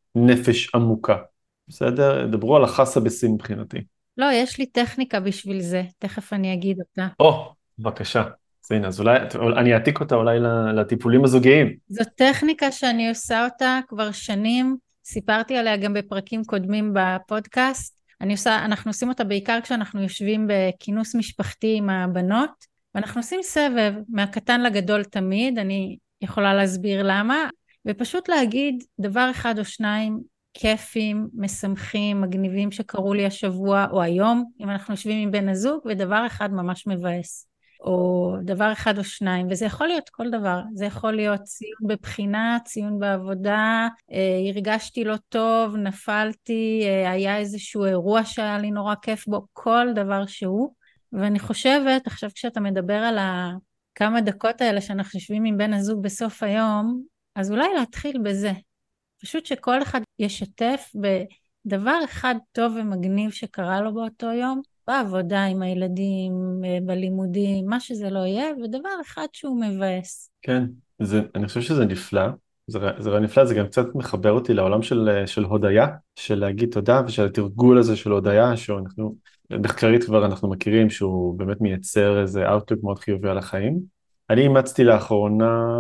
C: נפש עמוקה, בסדר? דברו על החסה בסין מבחינתי.
B: לא, יש לי טכניקה בשביל זה, תכף אני אגיד אותה.
C: או, בבקשה. אז הנה, אז אולי, אני אעתיק אותה אולי לטיפולים הזוגיים.
B: זו טכניקה שאני עושה אותה כבר שנים, סיפרתי עליה גם בפרקים קודמים בפודקאסט. אני עושה, אנחנו עושים אותה בעיקר כשאנחנו יושבים בכינוס משפחתי עם הבנות, ואנחנו עושים סבב מהקטן לגדול תמיד, אני יכולה להסביר למה, ופשוט להגיד דבר אחד או שניים כיפים, משמחים, מגניבים שקרו לי השבוע או היום, אם אנחנו יושבים עם בן הזוג, ודבר אחד ממש מבאס. או דבר אחד או שניים, וזה יכול להיות כל דבר, זה יכול להיות ציון בבחינה, ציון בעבודה, אה, הרגשתי לא טוב, נפלתי, אה, היה איזשהו אירוע שהיה לי נורא כיף בו, כל דבר שהוא, ואני חושבת, עכשיו כשאתה מדבר על הכמה דקות האלה שאנחנו יושבים עם בן הזוג בסוף היום, אז אולי להתחיל בזה, פשוט שכל אחד ישתף בדבר אחד טוב ומגניב שקרה לו באותו יום, בעבודה עם הילדים, בלימודים, מה שזה לא יהיה, ודבר אחד שהוא מבאס.
C: כן, זה, אני חושב שזה נפלא, זה, זה רעיון נפלא, זה גם קצת מחבר אותי לעולם של, של הודיה, של להגיד תודה ושל התרגול הזה של הודיה, שאנחנו, מחקרית כבר אנחנו מכירים שהוא באמת מייצר איזה אאוטלוק מאוד חיובי על החיים. אני אימצתי לאחרונה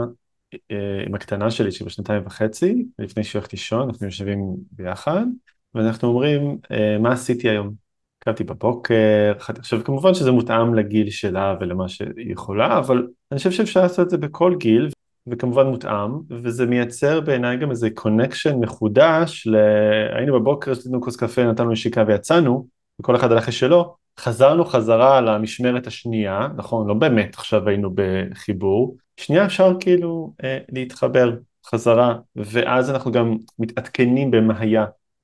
C: אה, עם הקטנה שלי שבשנתיים וחצי, לפני שהלכתי לישון, אנחנו יושבים ביחד, ואנחנו אומרים, אה, מה עשיתי היום? קמתי בבוקר, עכשיו כמובן שזה מותאם לגיל שלה ולמה שהיא יכולה, אבל אני חושב שאפשר לעשות את זה בכל גיל, וכמובן מותאם, וזה מייצר בעיניי גם איזה קונקשן מחודש, ל... היינו בבוקר, שתינו כוס קפה, נתנו נשיקה ויצאנו, וכל אחד הלך לשלו, חזרנו חזרה למשמרת השנייה, נכון, לא באמת עכשיו היינו בחיבור, שנייה אפשר כאילו אה, להתחבר חזרה, ואז אנחנו גם מתעדכנים במה היה,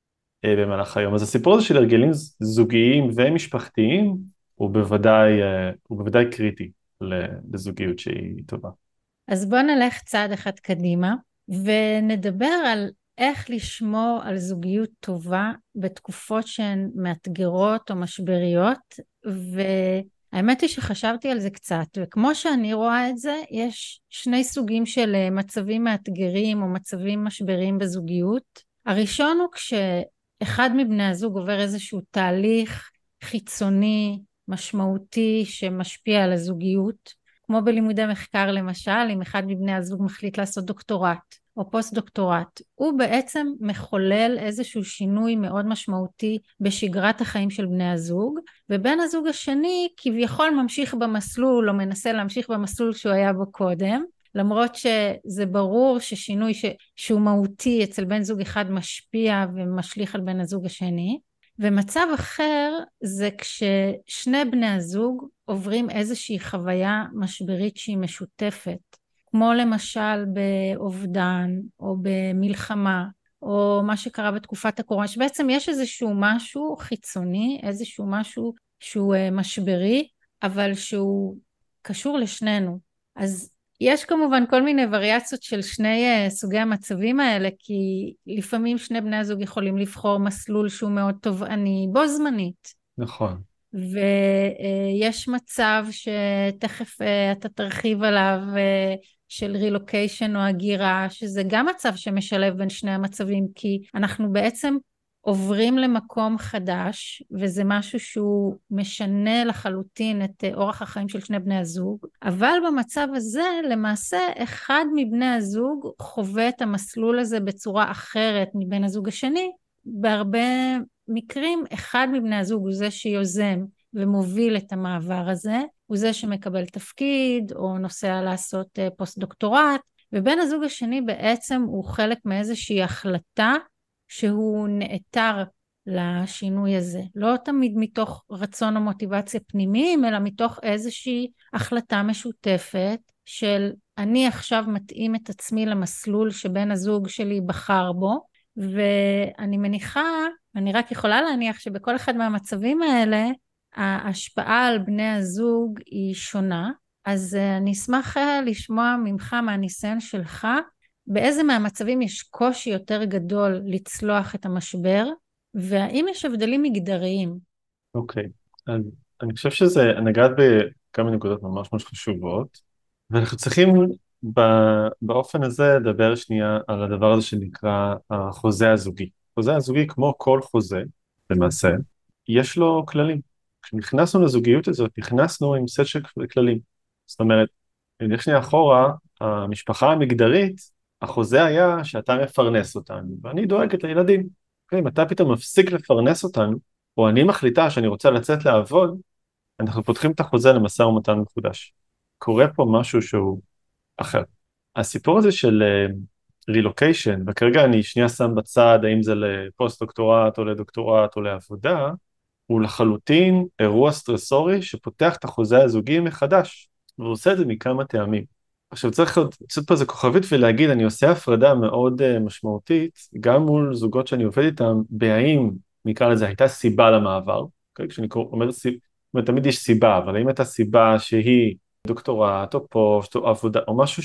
C: במהלך היום. אז הסיפור הזה של הרגלים זוגיים ומשפחתיים הוא בוודאי, הוא בוודאי קריטי לזוגיות שהיא טובה.
B: אז בוא נלך צעד אחד קדימה ונדבר על איך לשמור על זוגיות טובה בתקופות שהן מאתגרות או משבריות, והאמת היא שחשבתי על זה קצת, וכמו שאני רואה את זה, יש שני סוגים של מצבים מאתגרים או מצבים משבריים בזוגיות. הראשון הוא כש אחד מבני הזוג עובר איזשהו תהליך חיצוני, משמעותי, שמשפיע על הזוגיות, כמו בלימודי מחקר למשל, אם אחד מבני הזוג מחליט לעשות דוקטורט או פוסט דוקטורט, הוא בעצם מחולל איזשהו שינוי מאוד משמעותי בשגרת החיים של בני הזוג, ובן הזוג השני כביכול ממשיך במסלול או מנסה להמשיך במסלול שהוא היה בו קודם, למרות שזה ברור ששינוי ש... שהוא מהותי אצל בן זוג אחד משפיע ומשליך על בן הזוג השני. ומצב אחר זה כששני בני הזוג עוברים איזושהי חוויה משברית שהיא משותפת, כמו למשל באובדן או במלחמה, או מה שקרה בתקופת הקורונה, שבעצם יש איזשהו משהו חיצוני, איזשהו משהו שהוא משברי, אבל שהוא קשור לשנינו. אז יש כמובן כל מיני וריאציות של שני סוגי המצבים האלה, כי לפעמים שני בני הזוג יכולים לבחור מסלול שהוא מאוד תובעני, בו זמנית.
C: נכון.
B: ויש מצב שתכף אתה תרחיב עליו של רילוקיישן או הגירה, שזה גם מצב שמשלב בין שני המצבים, כי אנחנו בעצם עוברים למקום חדש, וזה משהו שהוא משנה לחלוטין את אורח החיים של שני בני הזוג, אבל במצב הזה למעשה אחד מבני הזוג חווה את המסלול הזה בצורה אחרת מבן הזוג השני. בהרבה מקרים אחד מבני הזוג הוא זה שיוזם ומוביל את המעבר הזה, הוא זה שמקבל תפקיד או נוסע לעשות פוסט דוקטורט, ובן הזוג השני בעצם הוא חלק מאיזושהי החלטה שהוא נעתר לשינוי הזה. לא תמיד מתוך רצון או מוטיבציה פנימיים, אלא מתוך איזושהי החלטה משותפת של אני עכשיו מתאים את עצמי למסלול שבן הזוג שלי בחר בו, ואני מניחה, אני רק יכולה להניח שבכל אחד מהמצבים האלה, ההשפעה על בני הזוג היא שונה, אז uh, אני אשמח uh, לשמוע ממך, מהניסיון שלך, באיזה מהמצבים יש קושי יותר גדול לצלוח את המשבר, והאם יש הבדלים מגדריים?
C: אוקיי, אז אני חושב שזה נגעת בכמה נקודות ממש ממש חשובות, ואנחנו צריכים ב- באופן הזה לדבר שנייה על הדבר הזה שנקרא החוזה הזוגי. החוזה הזוגי, כמו כל חוזה, למעשה, יש לו כללים. כשנכנסנו לזוגיות הזאת, נכנסנו עם סט של כללים. זאת אומרת, אם נלך שנייה אחורה, המשפחה המגדרית, החוזה היה שאתה מפרנס אותנו, ואני דואגת לילדים. אוקיי, אם אתה פתאום מפסיק לפרנס אותנו, או אני מחליטה שאני רוצה לצאת לעבוד, אנחנו פותחים את החוזה למשא ומתן מחודש. קורה פה משהו שהוא אחר. הסיפור הזה של רילוקיישן, uh, וכרגע אני שנייה שם בצד האם זה לפוסט דוקטורט או לדוקטורט או לעבודה, הוא לחלוטין אירוע סטרסורי שפותח את החוזה הזוגי מחדש, והוא עושה את זה מכמה טעמים. עכשיו צריך לעשות פה איזה כוכבית ולהגיד, אני עושה הפרדה מאוד uh, משמעותית, גם מול זוגות שאני עובד איתם, בהאם, נקרא לזה, הייתה סיבה למעבר, okay? כשאני אומר סיבה, תמיד יש סיבה, אבל האם הייתה סיבה שהיא דוקטורט או פוסט או עבודה, או משהו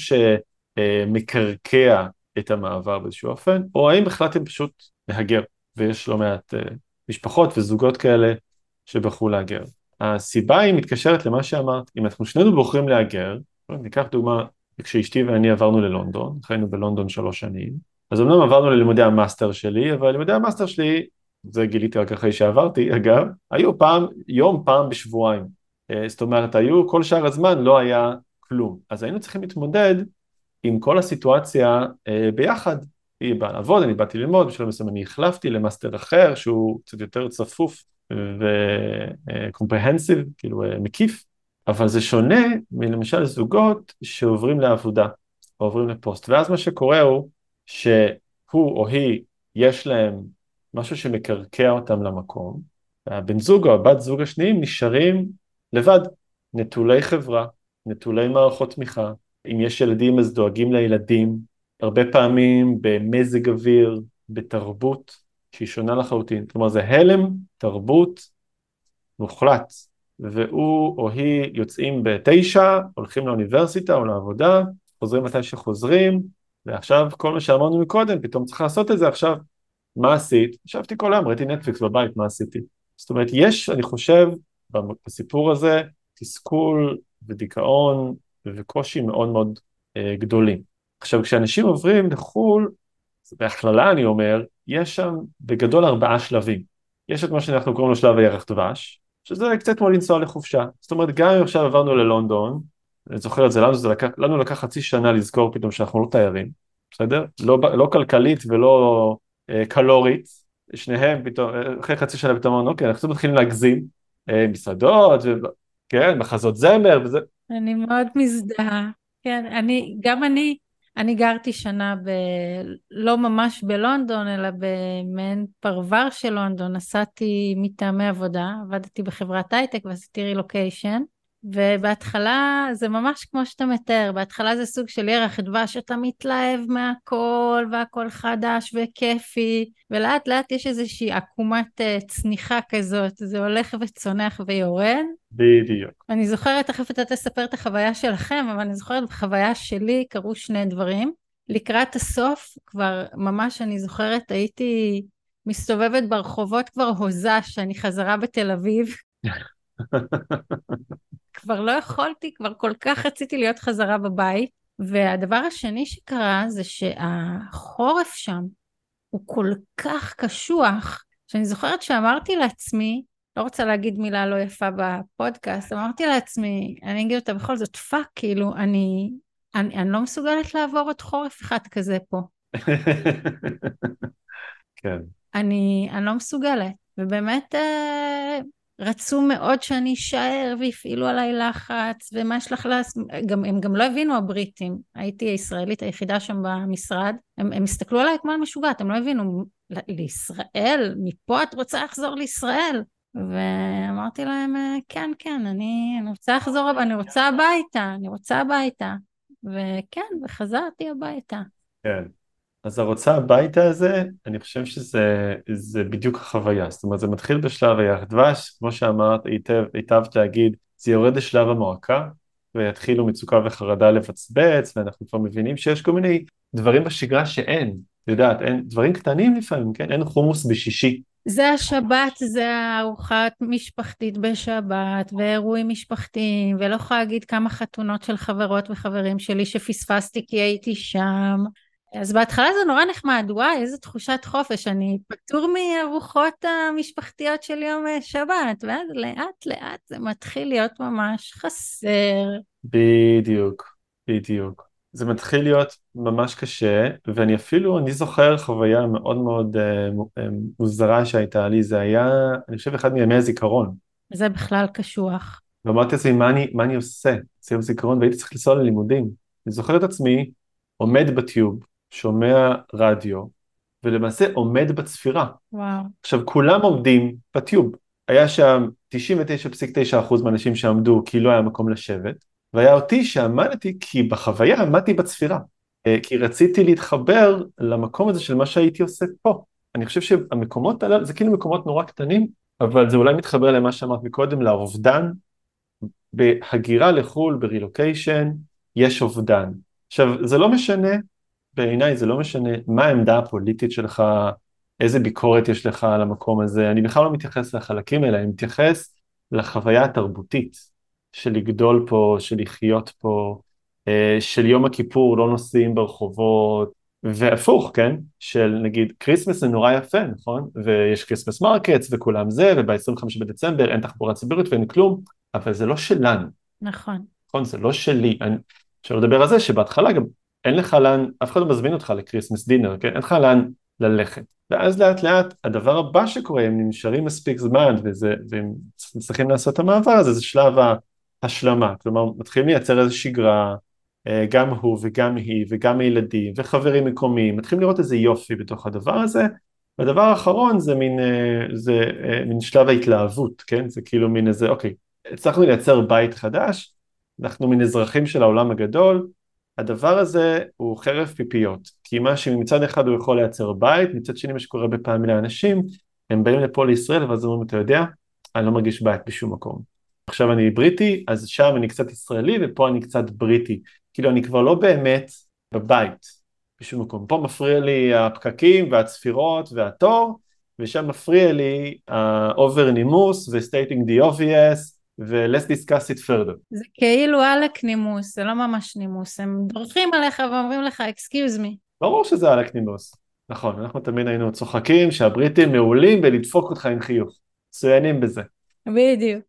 C: שמקרקע את המעבר באיזשהו אופן, או האם החלטתם פשוט להגר, ויש לא מעט uh, משפחות וזוגות כאלה שבחרו להגר. הסיבה היא מתקשרת למה שאמרת, אם אנחנו שנינו בוחרים להגר, ניקח דוגמה, כשאשתי ואני עברנו ללונדון, חיינו בלונדון שלוש שנים, אז אמנם עברנו ללימודי המאסטר שלי, אבל לימודי המאסטר שלי, זה גיליתי רק אחרי שעברתי, אגב, היו פעם, יום פעם בשבועיים. זאת אומרת, היו, כל שאר הזמן לא היה כלום. אז היינו צריכים להתמודד עם כל הסיטואציה אה, ביחד. היא באה לעבוד, אני באתי ללמוד, בשביל מסוים אני החלפתי למאסטר אחר, שהוא קצת יותר צפוף ו-comprehensive, כאילו מקיף, אבל זה שונה מלמשל זוגות שעוברים לעבודה, או עוברים לפוסט, ואז מה שקורה הוא שהוא או היא יש להם משהו שמקרקע אותם למקום, והבן זוג או הבת זוג השניים נשארים לבד, נטולי חברה, נטולי מערכות תמיכה, אם יש ילדים אז דואגים לילדים, הרבה פעמים במזג אוויר, בתרבות שהיא שונה לחלוטין, כלומר זה הלם, תרבות מוחלט, והוא או היא יוצאים בתשע, הולכים לאוניברסיטה או לעבודה, חוזרים מתי שחוזרים, ועכשיו כל מה שאמרנו מקודם, פתאום צריך לעשות את זה עכשיו, מה עשית? ישבתי כל היום, ראיתי נטפליקס בבית, מה עשיתי? זאת אומרת, יש, אני חושב, בסיפור הזה, תסכול ודיכאון וקושי מאוד מאוד אה, גדולים. עכשיו, כשאנשים עוברים לחול, בהכללה אני אומר, יש שם בגדול ארבעה שלבים. יש את מה שאנחנו קוראים לו שלב הירח דבש, שזה קצת כמו לנסוע לחופשה. זאת אומרת, גם אם עכשיו עברנו ללונדון, אני זוכר את זה, לנו, זה לקח, לנו לקח חצי שנה לזכור פתאום שאנחנו לא תיירים, בסדר? לא, לא כלכלית ולא אה, קלורית, שניהם פתאום, אחרי חצי שנה פתאום אמרנו, אוקיי, אנחנו מתחילים להגזים, אה, מסעדות, ו... כן, מחזות זמר וזה.
B: אני מאוד מזדהה. כן, אני, גם אני, אני גרתי שנה ב... לא ממש בלונדון, אלא במעין פרבר של לונדון. נסעתי מטעמי עבודה, עבדתי בחברת הייטק ועשיתי רילוקיישן, ובהתחלה זה ממש כמו שאתה מתאר, בהתחלה זה סוג של ירח דבש, אתה מתלהב מהכל, והכל חדש וכיפי, ולאט לאט יש איזושהי עקומת צניחה כזאת, זה הולך וצונח ויורד.
C: בדיוק.
B: אני זוכרת, תכף אתה תספר את החוויה שלכם, אבל אני זוכרת בחוויה שלי קרו שני דברים. לקראת הסוף, כבר ממש אני זוכרת, הייתי מסתובבת ברחובות כבר הוזה שאני חזרה בתל אביב. כבר לא יכולתי, כבר כל כך רציתי להיות חזרה בבית. והדבר השני שקרה זה שהחורף שם הוא כל כך קשוח, שאני זוכרת שאמרתי לעצמי, לא רוצה להגיד מילה לא יפה בפודקאסט, אמרתי לעצמי, אני אגיד אותה בכל זאת, פאק, כאילו, אני, אני, אני לא מסוגלת לעבור עוד חורף אחד כזה פה.
C: כן.
B: אני, אני לא מסוגלת, ובאמת אה, רצו מאוד שאני אשאר, והפעילו עליי לחץ, ומה יש לך לעשות, גם, הם גם לא הבינו הבריטים, הייתי הישראלית היחידה שם במשרד, הם, הם הסתכלו עליי כמו על משוגעת, הם לא הבינו, לישראל, מפה את רוצה לחזור לישראל? ואמרתי להם, כן, כן, אני, אני רוצה לחזור, אני רוצה הביתה, אני רוצה הביתה, וכן, וחזרתי הביתה.
C: כן. אז הרוצה הביתה הזה, אני חושב שזה זה בדיוק החוויה, זאת אומרת, זה מתחיל בשלב הירח דבש, כמו שאמרת, היטב, היטבת להגיד, זה יורד לשלב המועקה, ויתחילו מצוקה וחרדה לבצבץ, ואנחנו כבר מבינים שיש כל מיני דברים בשגרה שאין, את יודעת, אין, דברים קטנים לפעמים, כן? אין חומוס בשישי.
B: זה השבת, זה הארוחת משפחתית בשבת, ואירועים משפחתיים, ולא יכולה להגיד כמה חתונות של חברות וחברים שלי שפספסתי כי הייתי שם. אז בהתחלה זה נורא נחמד, וואי, איזה תחושת חופש, אני פטור מארוחות המשפחתיות של יום שבת, ואז לאט לאט זה מתחיל להיות ממש חסר.
C: בדיוק, בדיוק. זה מתחיל להיות ממש קשה, ואני אפילו, אני זוכר חוויה מאוד מאוד uh, מוזרה שהייתה לי, זה היה, אני חושב, אחד מימי הזיכרון.
B: זה בכלל קשוח.
C: ואמרתי לעצמי, מה אני, מה אני עושה? זה יום זיכרון, והייתי צריך לנסוע ללימודים. אני זוכר את עצמי, עומד בטיוב, שומע רדיו, ולמעשה עומד בצפירה.
B: וואו.
C: עכשיו, כולם עומדים בטיוב. היה שם תשעים ותשע נקודה תשע אחוז מהאנשים שעמדו, כי לא היה מקום לשבת, והיה אותי שעמדתי, כי בחוויה עמדתי בצפירה. כי רציתי להתחבר למקום הזה של מה שהייתי עושה פה. אני חושב שהמקומות האלה, זה כאילו מקומות נורא קטנים, אבל זה אולי מתחבר למה שאמרת מקודם, לאובדן. בהגירה לחול, ברילוקיישן, יש אובדן. עכשיו, זה לא משנה, בעיניי זה לא משנה מה העמדה הפוליטית שלך, איזה ביקורת יש לך על המקום הזה, אני בכלל לא מתייחס לחלקים האלה, אני מתייחס לחוויה התרבותית, של לגדול פה, של לחיות פה, של יום הכיפור לא נוסעים ברחובות, והפוך, כן? של נגיד, קריסמס זה נורא יפה, נכון? ויש קריסמס מרקטס וכולם זה, וב-עשרים וחמישה בדצמבר אין תחבורה ציבורית ואין כלום, אבל זה לא שלנו.
B: נכון.
C: נכון, זה לא שלי. אני, אפשר לדבר על זה שבהתחלה גם אין לך לאן, אף אחד לא מזמין אותך לקריסמס דינר, כן? אין לך לאן ללכת. ואז לאט לאט הדבר הבא שקורה, הם נשארים מספיק זמן, וזה, והם צריכים לעשות את המעבר הזה, זה שלב ההשלמה. כלומר, מתחילים לייצר איזו שגרה, גם הוא וגם היא וגם הילדים וחברים מקומיים, מתחילים לראות איזה יופי בתוך הדבר הזה, והדבר האחרון זה מין, זה מין שלב ההתלהבות, כן? זה כאילו מין איזה, אוקיי, הצלחנו לייצר בית חדש, אנחנו מין אזרחים של העולם הגדול, הדבר הזה הוא חרב פיפיות, כי מה שמצד אחד הוא יכול לייצר בית, מצד שני מה שקורה בפעמים לאנשים, הם באים לפה לישראל, ואז אומרים, אתה יודע, אני לא מרגיש בית בשום מקום. עכשיו אני בריטי, אז שם אני קצת ישראלי, ופה אני קצת בריטי. כאילו אני כבר לא באמת בבית, בשום מקום. פה מפריע לי הפקקים והצפירות והתור, ושם מפריע לי ה-over נימוס ו-stating the obvious, ו-let's discuss it further.
B: זה כאילו עלק נימוס, זה לא ממש נימוס, הם דורכים עליך ואומרים לך, excuse me.
C: ברור שזה עלק נימוס. נכון, אנחנו תמיד היינו צוחקים שהבריטים מעולים בלדפוק אותך עם חיוך. מצוינים בזה.
B: בדיוק.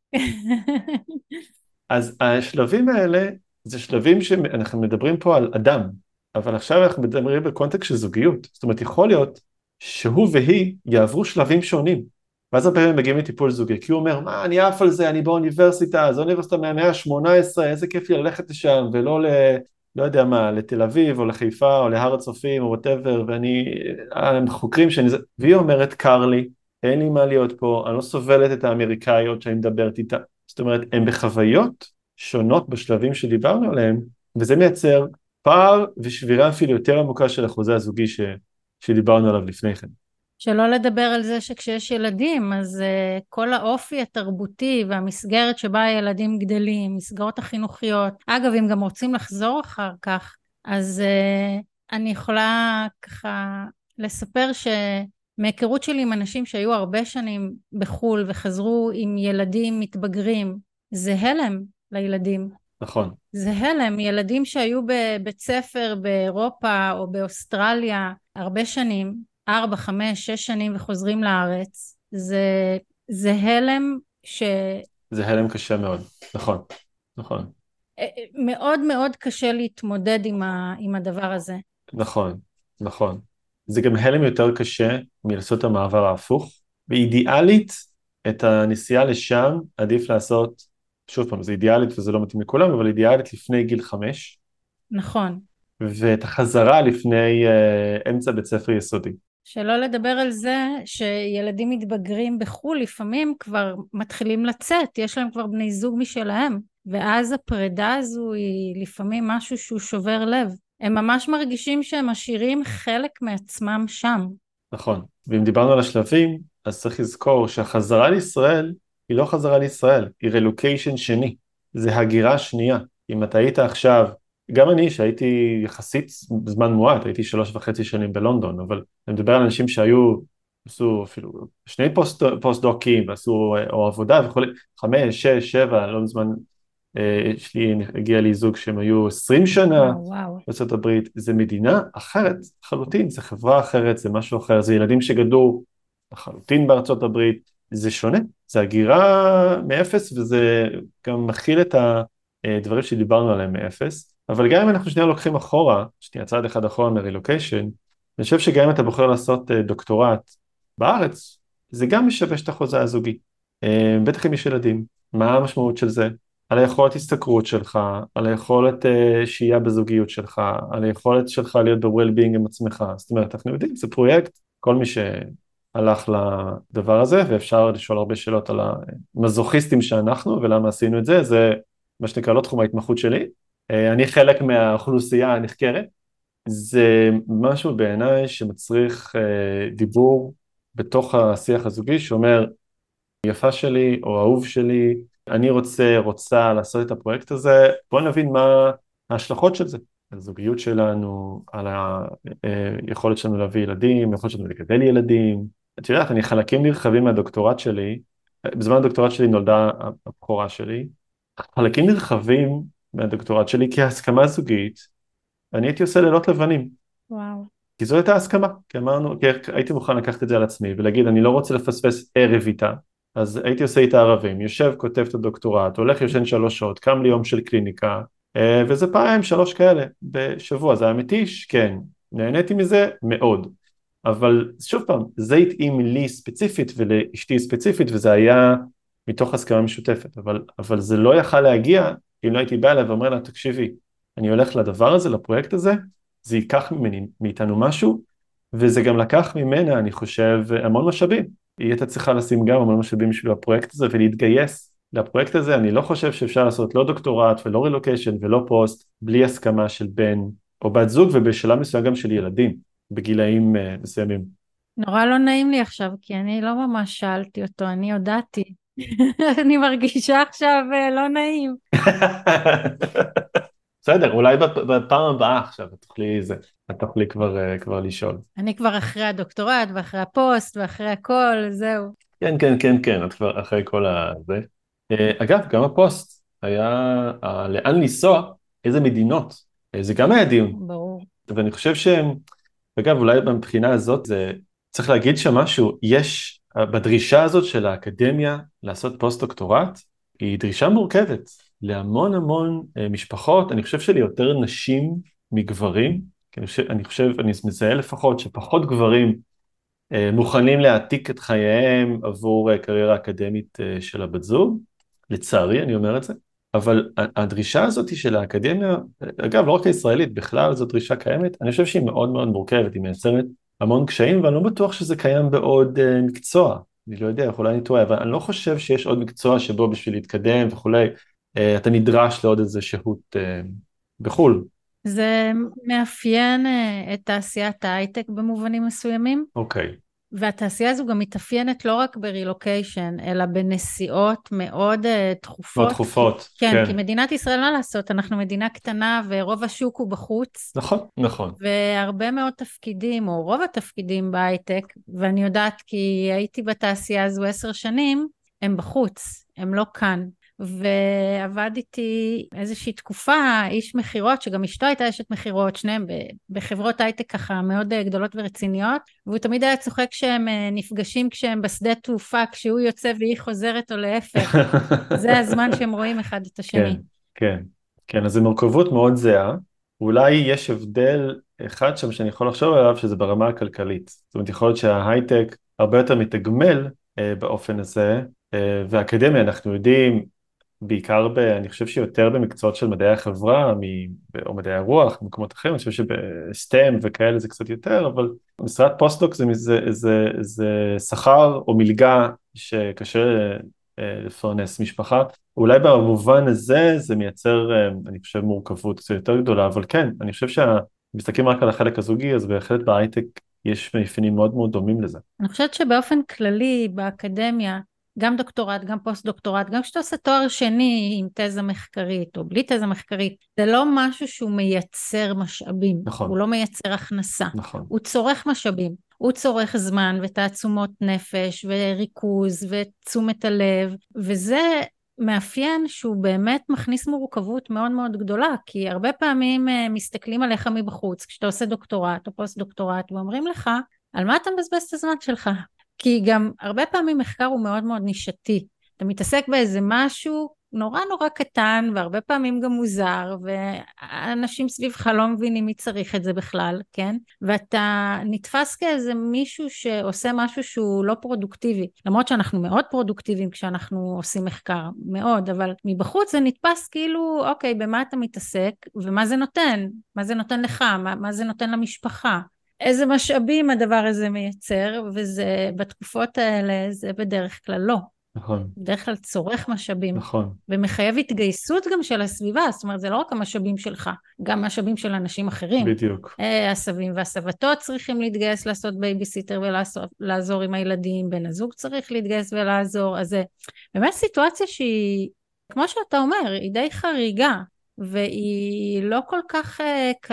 C: אז השלבים האלה, זה שלבים שאנחנו מדברים פה על אדם, אבל עכשיו אנחנו מדברים בקונטקסט של זוגיות. זאת אומרת, יכול להיות שהוא והיא יעברו שלבים שונים. ואז הרבה פעמים מגיעים לטיפול זוגי, כי הוא אומר, מה, אני אף על זה, אני באוניברסיטה, זו אוניברסיטה מהמאה ה-שמונה עשרה, איזה כיף לי ללכת לשם, ולא ל... לא יודע מה, לתל אביב, או לחיפה, או להר הצופים, או whatever, ואני, הם חוקרים שאני... והיא אומרת, קר לי, אין לי מה להיות פה, אני לא סובלת את האמריקאיות שאני מדברת איתה. זאת אומרת, הם בחוויות שונות בשלבים שדיברנו עליהם, וזה מייצר פער ושבירה אפילו יותר עמוקה של החוזה הזוגי ש... שדיברנו עליו לפני כן.
B: שלא לדבר על זה שכשיש ילדים, אז uh, כל האופי התרבותי והמסגרת שבה הילדים גדלים, מסגרות החינוכיות, אגב, אם גם רוצים לחזור אחר כך, אז uh, אני יכולה ככה לספר שמהיכרות שלי עם אנשים שהיו הרבה שנים בחול וחזרו עם ילדים מתבגרים, זה הלם לילדים.
C: נכון.
B: זה הלם, ילדים שהיו בבית ספר באירופה או באוסטרליה הרבה שנים, ארבע, חמש, שש שנים וחוזרים לארץ, זה, זה הלם ש...
C: זה הלם קשה מאוד, נכון, נכון.
B: מאוד מאוד קשה להתמודד עם, ה, עם הדבר הזה.
C: נכון, נכון. זה גם הלם יותר קשה מלעשות את המעבר ההפוך, ואידיאלית את הנסיעה לשם עדיף לעשות, שוב פעם, זה אידיאלית וזה לא מתאים לכולם, אבל אידיאלית לפני גיל חמש.
B: נכון.
C: ואת החזרה לפני uh, אמצע בית ספר יסודי.
B: שלא לדבר על זה שילדים מתבגרים בחול, לפעמים כבר מתחילים לצאת, יש להם כבר בני זוג משלהם, ואז הפרידה הזו היא לפעמים משהו שהוא שובר לב. הם ממש מרגישים שהם משאירים חלק מעצמם שם.
C: נכון, ואם דיברנו על השלבים, אז צריך לזכור שהחזרה לישראל היא לא חזרה לישראל, היא רילוקיישן שני, זה הגירה שנייה. אם אתה היית עכשיו, גם אני שהייתי יחסית בזמן מועט, הייתי שלוש וחצי שנים בלונדון, אבל אני מדבר על אנשים שהיו, עשו אפילו שני פוסט, פוסט-דוקים, ועשו או עבודה וכו', חמש, שש, שבע, לא מזמן, יש לי, הגיע לי זוג שהם היו עשרים שנה בארצות הברית, זה מדינה אחרת לחלוטין, זה חברה אחרת, זה משהו אחר, זה ילדים שגדלו לחלוטין בארצות הברית, זה שונה, זה הגירה מאפס, וזה גם מכיל את הדברים שדיברנו עליהם מאפס, אבל גם אם אנחנו שנייה לוקחים אחורה, שנייה צעד אחד אחורה מרילוקיישן, אני חושב שגם אם אתה בוחר לעשות דוקטורט בארץ, זה גם משבש את החוזה הזוגי, בטח אם יש ילדים, מה המשמעות של זה? על היכולת הסתכרות שלך, על היכולת שהייה בזוגיות שלך, על היכולת שלך להיות ב-well-being עם עצמך, זאת אומרת, אנחנו יודעים, זה פרויקט, כל מי שהלך לדבר הזה, ואפשר לשאול הרבה שאלות על המזוכיסטים שאנחנו, ולמה עשינו את זה, זה מה שנקרא לא תחום ההתמחות שלי, אני חלק מהאוכלוסייה הנחקרת, זה משהו בעיניי שמצריך דיבור בתוך השיח הזוגי, שאומר, יפה שלי או אהוב שלי, אני רוצה, רוצה לעשות את הפרויקט הזה, בואו נבין מה ההשלכות של זה, על הזוגיות שלנו, על היכולת שלנו להביא ילדים, היכולת שלנו לגדל ילדים. את יודעת, אני חלקים נרחבים מהדוקטורט שלי, בזמן הדוקטורט שלי נולדה הבכורה שלי, חלקים נרחבים מהדוקטורט שלי כהסכמה זוגית, אני הייתי עושה לילות לבנים.
B: וואו.
C: כי זו הייתה הסכמה, כי אמרנו, כי הייתי מוכן לקחת את זה על עצמי, ולהגיד, אני לא רוצה לפספס ערב איתה, אז הייתי עושה איתה ערבים, יושב, כותב את הדוקטורט, הולך יושן שלוש שעות, קם לי יום של קליניקה, וזה פעם שלוש כאלה בשבוע, זה היה מתיש, כן, נהניתי מזה מאוד, אבל שוב פעם, זה התאים לי ספציפית ולאשתי ספציפית, וזה היה מתוך הסכמה משותפת, אבל, אבל זה לא יכל להגיע, אם לא הייתי בא אליי ואומר לה, תקשיבי, אני הולך לדבר הזה, לפרויקט הזה, זה ייקח ממני, מאיתנו משהו, וזה גם לקח ממנה, אני חושב, המון משאבים. היא הייתה צריכה לשים גם המון משאבים בשביל הפרויקט הזה, ולהתגייס לפרויקט הזה. אני לא חושב שאפשר לעשות לא דוקטורט ולא רילוקיישן ולא פוסט, בלי הסכמה של בן או בת זוג, ובשלב מסוים גם של ילדים, בגילאים uh, מסוימים.
B: נורא לא נעים לי עכשיו, כי אני לא ממש שאלתי אותו, אני הודעתי. אני מרגישה עכשיו uh, לא נעים.
C: בסדר, אולי בפעם הבאה עכשיו, את תוכלי זה, את תוכלי כבר, כבר לשאול.
B: אני כבר אחרי הדוקטורט, ואחרי הפוסט, ואחרי הכל, זהו.
C: כן, כן, כן, כן, את כבר אחרי כל הזה. אגב, גם הפוסט היה, לאן לנסוע, איזה מדינות, זה גם היה דיון.
B: ברור.
C: ואני חושב שהם, אגב, אולי מבחינה הזאת, זה, צריך להגיד שמשהו, יש, בדרישה הזאת של האקדמיה, לעשות פוסט-דוקטורט, היא דרישה מורכבת. להמון המון משפחות, אני חושב שליותר נשים מגברים, כי אני חושב, אני חושב, אני מזהה לפחות שפחות גברים מוכנים להעתיק את חייהם עבור קריירה אקדמית של הבת זוג, לצערי אני אומר את זה, אבל הדרישה הזאת של האקדמיה, אגב לא רק הישראלית, בכלל זו דרישה קיימת, אני חושב שהיא מאוד מאוד מורכבת, היא מייצרת המון קשיים, ואני לא בטוח שזה קיים בעוד מקצוע, אני לא יודע, אולי אני טועה, אבל אני לא חושב שיש עוד מקצוע שבו בשביל להתקדם וכולי, אתה נדרש לעוד איזה שהות בחול.
B: זה מאפיין את תעשיית ההייטק במובנים מסוימים.
C: אוקיי.
B: והתעשייה הזו גם מתאפיינת לא רק ברילוקיישן, אלא בנסיעות מאוד תכופות.
C: מאוד תכופות,
B: כן.
C: כן.
B: כי מדינת ישראל, מה לעשות, אנחנו מדינה קטנה ורוב השוק הוא בחוץ.
C: נכון, נכון.
B: והרבה מאוד תפקידים, או רוב התפקידים בהייטק, ואני יודעת כי הייתי בתעשייה הזו עשר שנים, הם בחוץ, הם לא כאן. ועבדתי איזושהי תקופה, איש מחירות, שגם אשתו הייתה אשת מחירות, שניהם בחברות הייטק ככה מאוד גדולות ורציניות, והוא תמיד היה צוחק כשהם נפגשים כשהם בשדה תעופה, כשהוא יוצא והיא חוזרת או להפך. זה הזמן שהם רואים אחד את השני.
C: כן, כן, כן, אז זו מורכבות מאוד זהה, אולי יש הבדל אחד שם שאני יכול לחשוב עליו, שזה ברמה הכלכלית. זאת אומרת, יכול להיות שההייטק הרבה יותר מתגמל אה, באופן הזה, אה, והאקדמיה אנחנו יודעים, בעיקר ב, אני חושב שיותר במקצועות של מדעי החברה, או מדעי הרוח, במקומות אחרים, אני חושב שבסטם וכאלה זה קצת יותר, אבל משרת פוסט-דוק זה, זה, זה, זה שכר או מלגה שקשה לפרנס משפחה, אולי במובן הזה זה מייצר, אני חושב, מורכבות קצת יותר גדולה, אבל כן, אני חושב שמסתכלים רק על החלק הזוגי, אז בהחלט בהייטק יש מאפיינים מאוד מאוד דומים לזה.
B: אני חושבת שבאופן כללי באקדמיה, גם דוקטורט, גם פוסט דוקטורט, גם כשאתה עושה תואר שני עם תזה מחקרית או בלי תזה מחקרית, זה לא משהו שהוא מייצר משאבים,
C: נכון.
B: הוא לא מייצר הכנסה,
C: נכון.
B: הוא צורך משאבים, הוא צורך זמן ותעצומות נפש וריכוז ותשומת הלב, וזה מאפיין שהוא באמת מכניס מורכבות מאוד מאוד גדולה, כי הרבה פעמים מסתכלים עליך מבחוץ, כשאתה עושה דוקטורט או פוסט דוקטורט, ואומרים לך, על מה אתה מבזבז את הזמן שלך? כי גם הרבה פעמים מחקר הוא מאוד מאוד נישתי, אתה מתעסק באיזה משהו נורא נורא קטן, והרבה פעמים גם מוזר, ואנשים סביבך לא מבינים מי צריך את זה בכלל, כן? ואתה נתפס כאיזה מישהו שעושה משהו שהוא לא פרודוקטיבי, למרות שאנחנו מאוד פרודוקטיביים כשאנחנו עושים מחקר, מאוד, אבל מבחוץ זה נתפס כאילו, אוקיי, במה אתה מתעסק, ומה זה נותן? מה זה נותן לך? מה, מה זה נותן למשפחה? איזה משאבים הדבר הזה מייצר, וזה בתקופות האלה זה בדרך כלל לא.
C: נכון.
B: בדרך כלל צורך משאבים.
C: נכון.
B: ומחייב התגייסות גם של הסביבה, זאת אומרת זה לא רק המשאבים שלך, גם משאבים של אנשים אחרים.
C: בדיוק.
B: הסבים והסבתות צריכים להתגייס לעשות בייביסיטר ולעזור עם הילדים, בן הזוג צריך להתגייס ולעזור, אז זה באמת סיטואציה שהיא, כמו שאתה אומר, היא די חריגה, והיא לא כל כך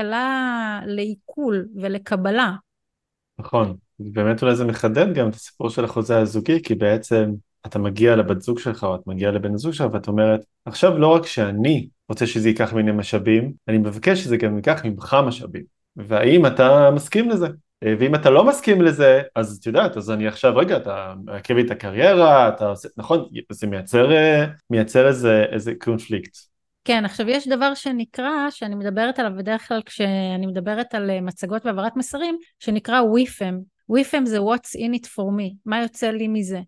B: קלה לעיכול ולקבלה.
C: נכון, באמת אולי זה מחדד גם את הסיפור של החוזה הזוגי, כי בעצם אתה מגיע לבת זוג שלך, או את מגיעה לבן הזוג שלך, ואת אומרת, עכשיו לא רק שאני רוצה שזה ייקח ממני משאבים, אני מבקש שזה גם ייקח ממך משאבים, והאם אתה מסכים לזה? ואם אתה לא מסכים לזה, אז את יודעת, אז אני עכשיו, רגע, אתה מעכב לי את הקריירה, אתה עושה, נכון, זה מייצר, מייצר איזה, איזה קונפליקט.
B: כן, עכשיו יש דבר שנקרא, שאני מדברת עליו בדרך כלל כשאני מדברת על מצגות ועברת מסרים, שנקרא וויפם. וויפם זה what's in it for me, מה יוצא לי מזה.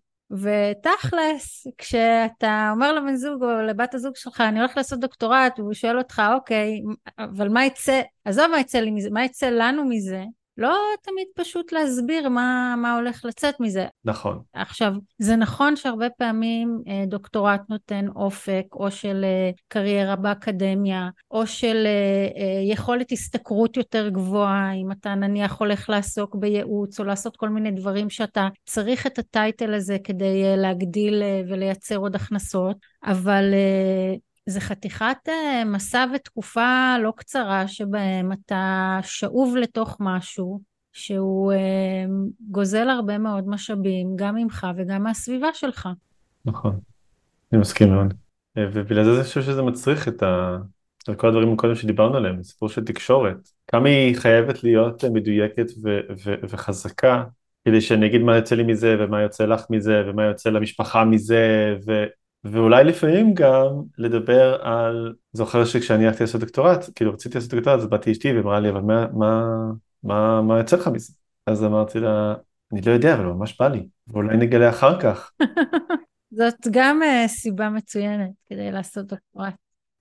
B: ותכלס, כשאתה אומר לבן זוג או לבת הזוג שלך, אני הולך לעשות דוקטורט, והוא שואל אותך, אוקיי, אבל מה יצא, עזוב מה יצא לי מזה, מה יצא לנו מזה, לא תמיד פשוט להסביר מה, מה הולך לצאת מזה.
C: נכון.
B: עכשיו, זה נכון שהרבה פעמים אה, דוקטורט נותן אופק, או של אה, קריירה באקדמיה, או של אה, אה, יכולת הסתכרות יותר גבוהה, אם אתה נניח הולך לעסוק בייעוץ, או לעשות כל מיני דברים שאתה צריך את הטייטל הזה כדי אה, להגדיל אה, ולייצר עוד הכנסות, אבל אה, זה חתיכת אה, מסע ותקופה לא קצרה, שבהם אתה שאוב לתוך משהו, שהוא אה, גוזל הרבה מאוד משאבים, גם ממך וגם מהסביבה שלך.
C: נכון, אני מסכים מאוד. ובגלל זה אני חושב שזה מצריך את ה... על כל הדברים הקודם שדיברנו עליהם, סיפור של תקשורת. כמה היא חייבת להיות מדויקת ו- ו- וחזקה, כדי שאני אגיד מה יוצא לי מזה, ומה יוצא לך מזה, ומה יוצא למשפחה מזה, ו- ואולי לפעמים גם לדבר על... זוכר שכשאני הלכתי לעשות דוקטורט, כאילו רציתי לעשות דוקטורט, אז באתי אשתי ואמרה לי, אבל מה... מה... מה, מה יוצא לך מזה? אז אמרתי לה, אני לא יודע, אבל ממש בא לי, ואולי נגלה אחר כך.
B: זאת גם uh, סיבה מצוינת כדי לעשות דוקטורט.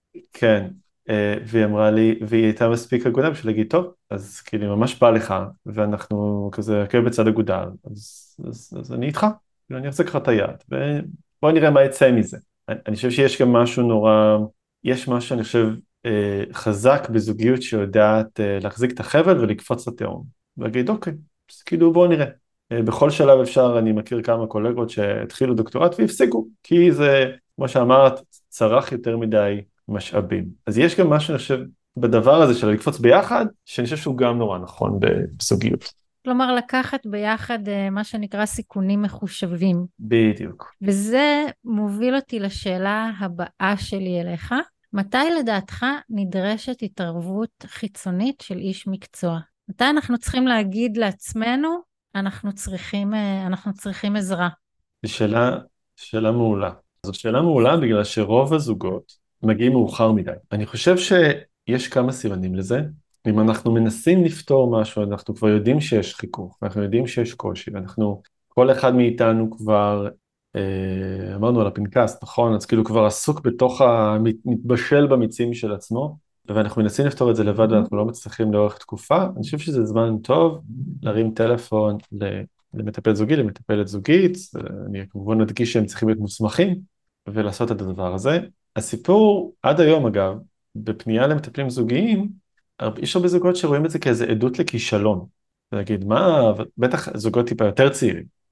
C: כן, uh, והיא אמרה לי, והיא הייתה מספיק אגודה בשביל להגיד, טוב, אז כאילו ממש בא לך, ואנחנו כזה עקב בצד אגודל, אז, אז, אז אני איתך, אני אחזק לך את היד, ובואי נראה מה יצא מזה. אני, אני חושב שיש גם משהו נורא, יש משהו שאני חושב, Uh, חזק בזוגיות שיודעת uh, להחזיק את החבל ולקפוץ לתהום ולהגיד אוקיי, אז כאילו בואו נראה. uh, בכל שלב אפשר, אני מכיר כמה קולגות שהתחילו דוקטורט והפסיקו, כי זה, כמו שאמרת, צרך יותר מדי משאבים. אז יש גם משהו אני חושב בדבר הזה של לקפוץ ביחד, שאני חושב שהוא גם נורא נכון בזוגיות.
B: כלומר לקחת ביחד uh, מה שנקרא סיכונים מחושבים.
C: בדיוק.
B: וזה מוביל אותי לשאלה הבאה שלי אליך, מתי לדעתך נדרשת התערבות חיצונית של איש מקצוע? מתי אנחנו צריכים להגיד לעצמנו, אנחנו צריכים, אנחנו צריכים עזרה?
C: שאלה, שאלה מעולה. זו שאלה מעולה בגלל שרוב הזוגות מגיעים מאוחר מדי. אני חושב שיש כמה סימנים לזה. אם אנחנו מנסים לפתור משהו, אנחנו כבר יודעים שיש חיכוך, אנחנו יודעים שיש קושי, ואנחנו, כל אחד מאיתנו כבר... אמרנו על הפנקס, נכון? אז כאילו כבר עסוק בתוך המתבשל במיצים של עצמו, ואנחנו מנסים לפתור את זה לבד ואנחנו לא מצליחים לאורך תקופה. אני חושב שזה זמן טוב להרים טלפון למטפלת זוגית, למטפלת זוגית, אני כמובן מדגיש שהם צריכים להיות מוסמכים ולעשות את הדבר הזה. הסיפור עד היום אגב, בפנייה למטפלים זוגיים, יש הרבה זוגות שרואים את זה כאיזה עדות לכישלון, להגיד מה, בטח זוגות טיפה יותר צעירים,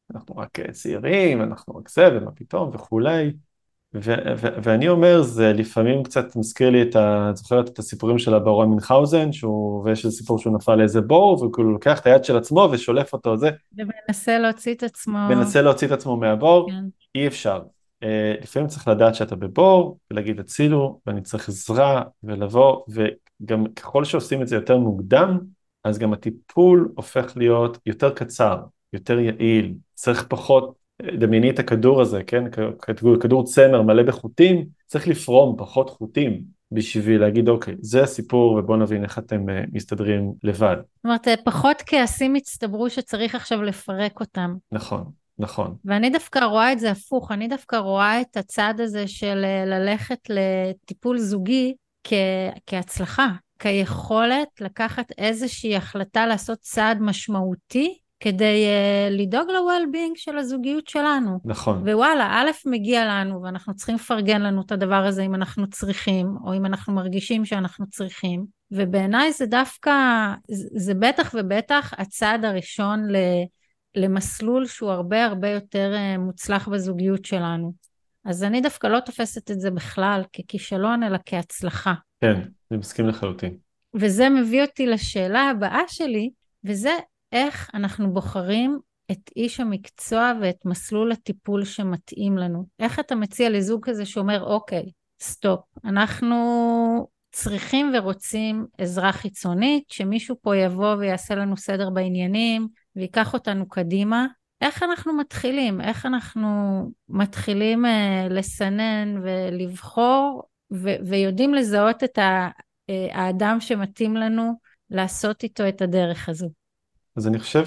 C: אנחנו רק צעירים, אנחנו רק זה, ומה פתאום, וכולי. ו- ו- ואני אומר, זה לפעמים קצת מזכיר לי את ה... את זוכרת את הסיפורים של הברון מינכהאוזן, שהוא... ויש איזה סיפור שהוא נפל לאיזה בור, והוא כאילו לוקח את היד של עצמו ושולף אותו, זה,
B: ומנסה להוציא את עצמו.
C: מנסה להוציא את עצמו מהבור,
B: כן.
C: אי אפשר. אה, לפעמים צריך לדעת שאתה בבור, ולהגיד הצילו, ואני צריך עזרה, ולבוא, וגם ככל שעושים את זה יותר מוקדם, אז גם הטיפול הופך להיות יותר קצר, יותר יעיל, צריך פחות, דמייני את הכדור הזה, כן? כדור, כדור צמר מלא בחוטים, צריך לפרום פחות חוטים, בשביל להגיד אוקיי, זה הסיפור, ובוא נבין איך אתם uh, מסתדרים לבד.
B: זאת אומרת, פחות כעסים הצטברו שצריך עכשיו לפרק אותם.
C: נכון, נכון.
B: ואני דווקא רואה את זה הפוך, אני דווקא רואה את הצד הזה של ללכת לטיפול זוגי כ- כהצלחה, כיכולת לקחת איזושהי החלטה לעשות צעד משמעותי, כדי uh, לדאוג ל-well-being של הזוגיות שלנו.
C: נכון.
B: ווואלה, א' מגיע לנו, ואנחנו צריכים לפרגן לנו את הדבר הזה אם אנחנו צריכים, או אם אנחנו מרגישים שאנחנו צריכים. ובעיניי זה דווקא, זה, זה בטח ובטח הצעד הראשון ל... למסלול שהוא הרבה הרבה יותר uh, מוצלח בזוגיות שלנו. אז אני דווקא לא תופסת את זה בכלל ככישלון, אלא כהצלחה.
C: כן, אני מסכים לחלוטין.
B: וזה מביא אותי לשאלה הבאה שלי, וזה איך אנחנו בוחרים את איש המקצוע ואת מסלול הטיפול שמתאים לנו. איך אתה מציע לזוג כזה שאומר, אוקיי, סטופ, אנחנו צריכים ורוצים עזרה חיצונית, שמישהו פה יבוא ויעשה לנו סדר בעניינים, ויקח אותנו קדימה. איך אנחנו מתחילים? איך אנחנו מתחילים uh, לסנן ולבחור, ו- ויודעים לזהות את ה- uh, האדם שמתאים לנו לעשות איתו את הדרך הזו?
C: אז אני חושב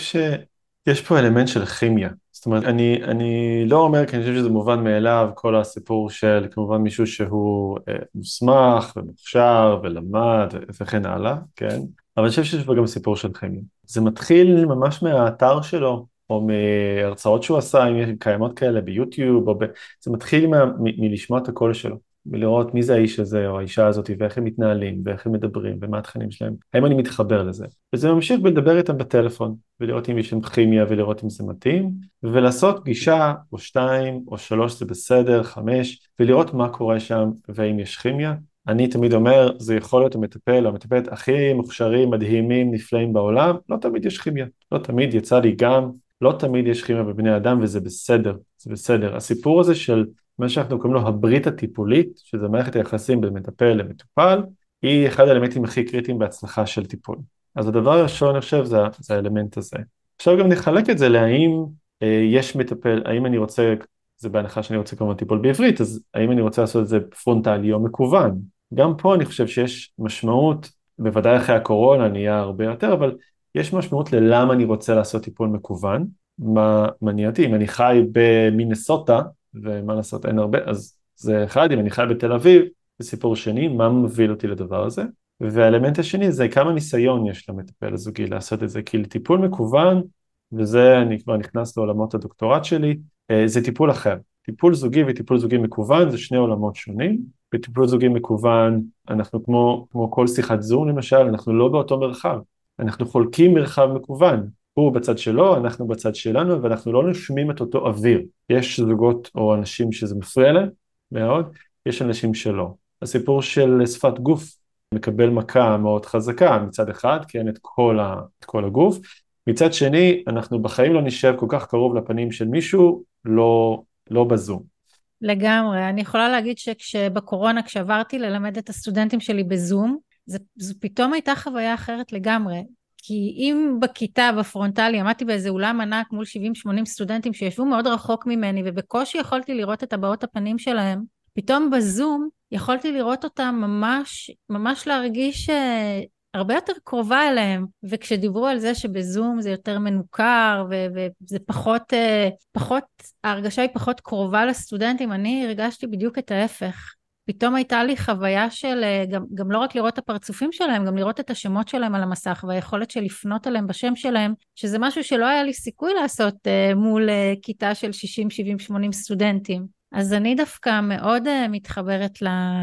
C: שיש פה אלמנט של כימיה. זאת אומרת, אני, אני לא אומר, כי אני חושב שזה מובן מאליו, כל הסיפור של כמובן מישהו שהוא אה, מוסמך ומוכשר ולמד וכן הלאה, כן? אבל אני חושב שיש פה גם סיפור של כימיה. זה מתחיל ממש מהאתר שלו, או מהרצאות שהוא עשה, אם יש קיימות כאלה ביוטיוב, או ב... זה מתחיל מה, מ, מלשמוע את הקול שלו. ולראות מי זה האיש הזה או האישה הזאת ואיך הם מתנהלים ואיך הם מדברים ומה התכנים שלהם, האם אני מתחבר לזה. וזה ממשיך בלדבר איתם בטלפון ולראות אם יש שם כימיה ולראות אם זה מתאים, ולעשות פגישה או שתיים או שלוש זה בסדר, חמש, ולראות מה קורה שם והאם יש כימיה. אני תמיד אומר, זה יכול להיות המטפל או המטפלת הכי מוכשרים, מדהימים, נפלאים בעולם, לא תמיד יש כימיה, לא תמיד יצא לי גם, לא תמיד יש כימיה בבני אדם וזה בסדר, זה בסדר. הסיפור הזה של מה שאנחנו קוראים לו הברית הטיפולית, שזה מערכת היחסים בין מטפל למטופל, היא אחד האלמנטים הכי קריטיים בהצלחה של טיפול. אז הדבר הראשון, אני חושב, זה, זה האלמנט הזה. עכשיו גם נחלק את זה להאם אה, יש מטפל, האם אני רוצה, זה בהנחה שאני רוצה כמובן טיפול בעברית, אז האם אני רוצה לעשות את זה פרונטלי או מקוון. גם פה אני חושב שיש משמעות, בוודאי אחרי הקורונה נהיה הרבה יותר, אבל יש משמעות ללמה אני רוצה לעשות טיפול מקוון, מה מעניין אותי, אם אני חי במינסוטה, ומה לעשות, אין הרבה, אז זה אחד, אם אני חי בתל אביב, זה סיפור שני, מה מוביל אותי לדבר הזה, והאלמנט השני זה כמה ניסיון יש למטפל הזוגי לעשות את זה, כי לטיפול מקוון, וזה אני כבר נכנס לעולמות הדוקטורט שלי, זה טיפול אחר, טיפול זוגי וטיפול זוגי מקוון זה שני עולמות שונים, בטיפול זוגי מקוון אנחנו כמו, כמו כל שיחת זום למשל, אנחנו לא באותו מרחב, אנחנו חולקים מרחב מקוון, הוא בצד שלו, אנחנו בצד שלנו, ואנחנו לא נושמים את אותו אוויר. יש זוגות או אנשים שזה מפריע להם מאוד, יש אנשים שלא. הסיפור של שפת גוף מקבל מכה מאוד חזקה מצד אחד, כי אין את כל, ה, את כל הגוף. מצד שני, אנחנו בחיים לא נשב כל כך קרוב לפנים של מישהו, לא, לא בזום.
B: לגמרי. אני יכולה להגיד שכשבקורונה, כשעברתי ללמד את הסטודנטים שלי בזום, זה, זו פתאום הייתה חוויה אחרת לגמרי. כי אם בכיתה, בפרונטלי, עמדתי באיזה אולם ענק מול שבעים שמונים סטודנטים שישבו מאוד רחוק ממני, ובקושי יכולתי לראות את הבעות הפנים שלהם, פתאום בזום יכולתי לראות אותם ממש, ממש להרגיש הרבה יותר קרובה אליהם, וכשדיברו על זה שבזום זה יותר מנוכר, וזה פחות, פחות, ההרגשה היא פחות קרובה לסטודנטים, אני הרגשתי בדיוק את ההפך. פתאום הייתה לי חוויה של, גם, גם לא רק לראות את הפרצופים שלהם, גם לראות את השמות שלהם על המסך, והיכולת של לפנות עליהם בשם שלהם, שזה משהו שלא היה לי סיכוי לעשות uh, מול uh, כיתה של שישים, שבעים, שמונים סטודנטים. אז אני דווקא מאוד uh, מתחברת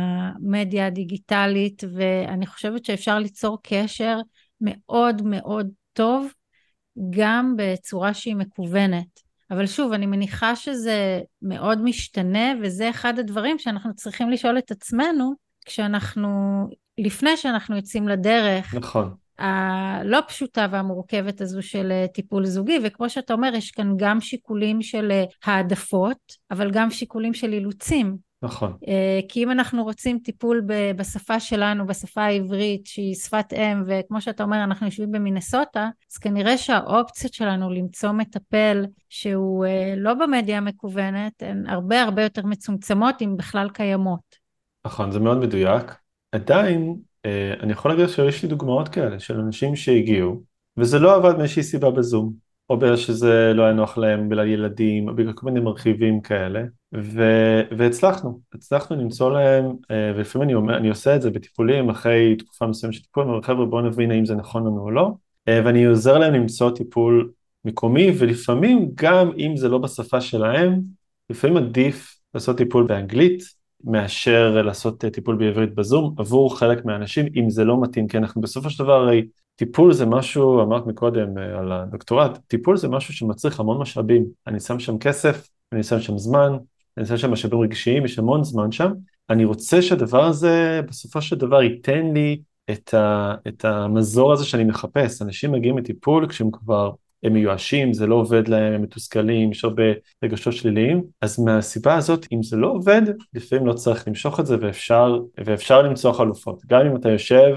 B: למדיה הדיגיטלית, ואני חושבת שאפשר ליצור קשר מאוד מאוד טוב, גם בצורה שהיא מקוונת. אבל שוב, אני מניחה שזה מאוד משתנה, וזה אחד הדברים שאנחנו צריכים לשאול את עצמנו, כשאנחנו, לפני שאנחנו יוצאים לדרך,
C: נכון.
B: הלא פשוטה והמורכבת הזו של טיפול זוגי, וכמו שאתה אומר, יש כאן גם שיקולים של העדפות, אבל גם שיקולים של אילוצים.
C: נכון.
B: כי אם אנחנו רוצים טיפול בשפה שלנו, בשפה העברית, שהיא שפת אם, וכמו שאתה אומר, אנחנו יושבים במינסוטה, אז כנראה שהאופציות שלנו למצוא מטפל שהוא לא במדיה המקוונת, הן הרבה הרבה יותר מצומצמות, אם בכלל קיימות.
C: נכון, זה מאוד מדויק. עדיין, אני יכול להגיד שיש לי דוגמאות כאלה, של אנשים שהגיעו, וזה לא עבד מאיזושהי סיבה בזום, או בגלל שזה לא היה נוח להם, בגלל ילדים, או בגלל כל מיני מרכיבים כאלה, ו... והצלחנו, הצלחנו למצוא להם, ולפעמים אני, אומר, אני עושה את זה בטיפולים, אחרי תקופה מסוימת של טיפול, אבל חבר'ה בואו נבין האם זה נכון לנו או לא, ואני עוזר להם למצוא טיפול מקומי, ולפעמים גם אם זה לא בשפה שלהם, לפעמים עדיף לעשות טיפול באנגלית, מאשר לעשות טיפול בעברית בזום, עבור חלק מהאנשים, אם זה לא מתאים, כי אנחנו בסופו של דבר, הרי טיפול זה משהו, אמרת מקודם על הדוקטורט, טיפול זה משהו שמצריך המון משאבים, אני שם שם כסף, אני שם שם זמן, אני שם שם משאבים רגשיים, יש המון זמן שם, אני רוצה שהדבר הזה, בסופו של דבר, ייתן לי את, ה, את המזור הזה שאני מחפש, אנשים מגיעים לטיפול כשהם כבר, הם מיואשים, זה לא עובד להם, הם מתוסכלים, יש הרבה רגשות שליליים, אז מהסיבה הזאת, אם זה לא עובד, לפעמים לא צריך למשוך את זה, ואפשר, ואפשר למצוא חלופות, גם אם אתה יושב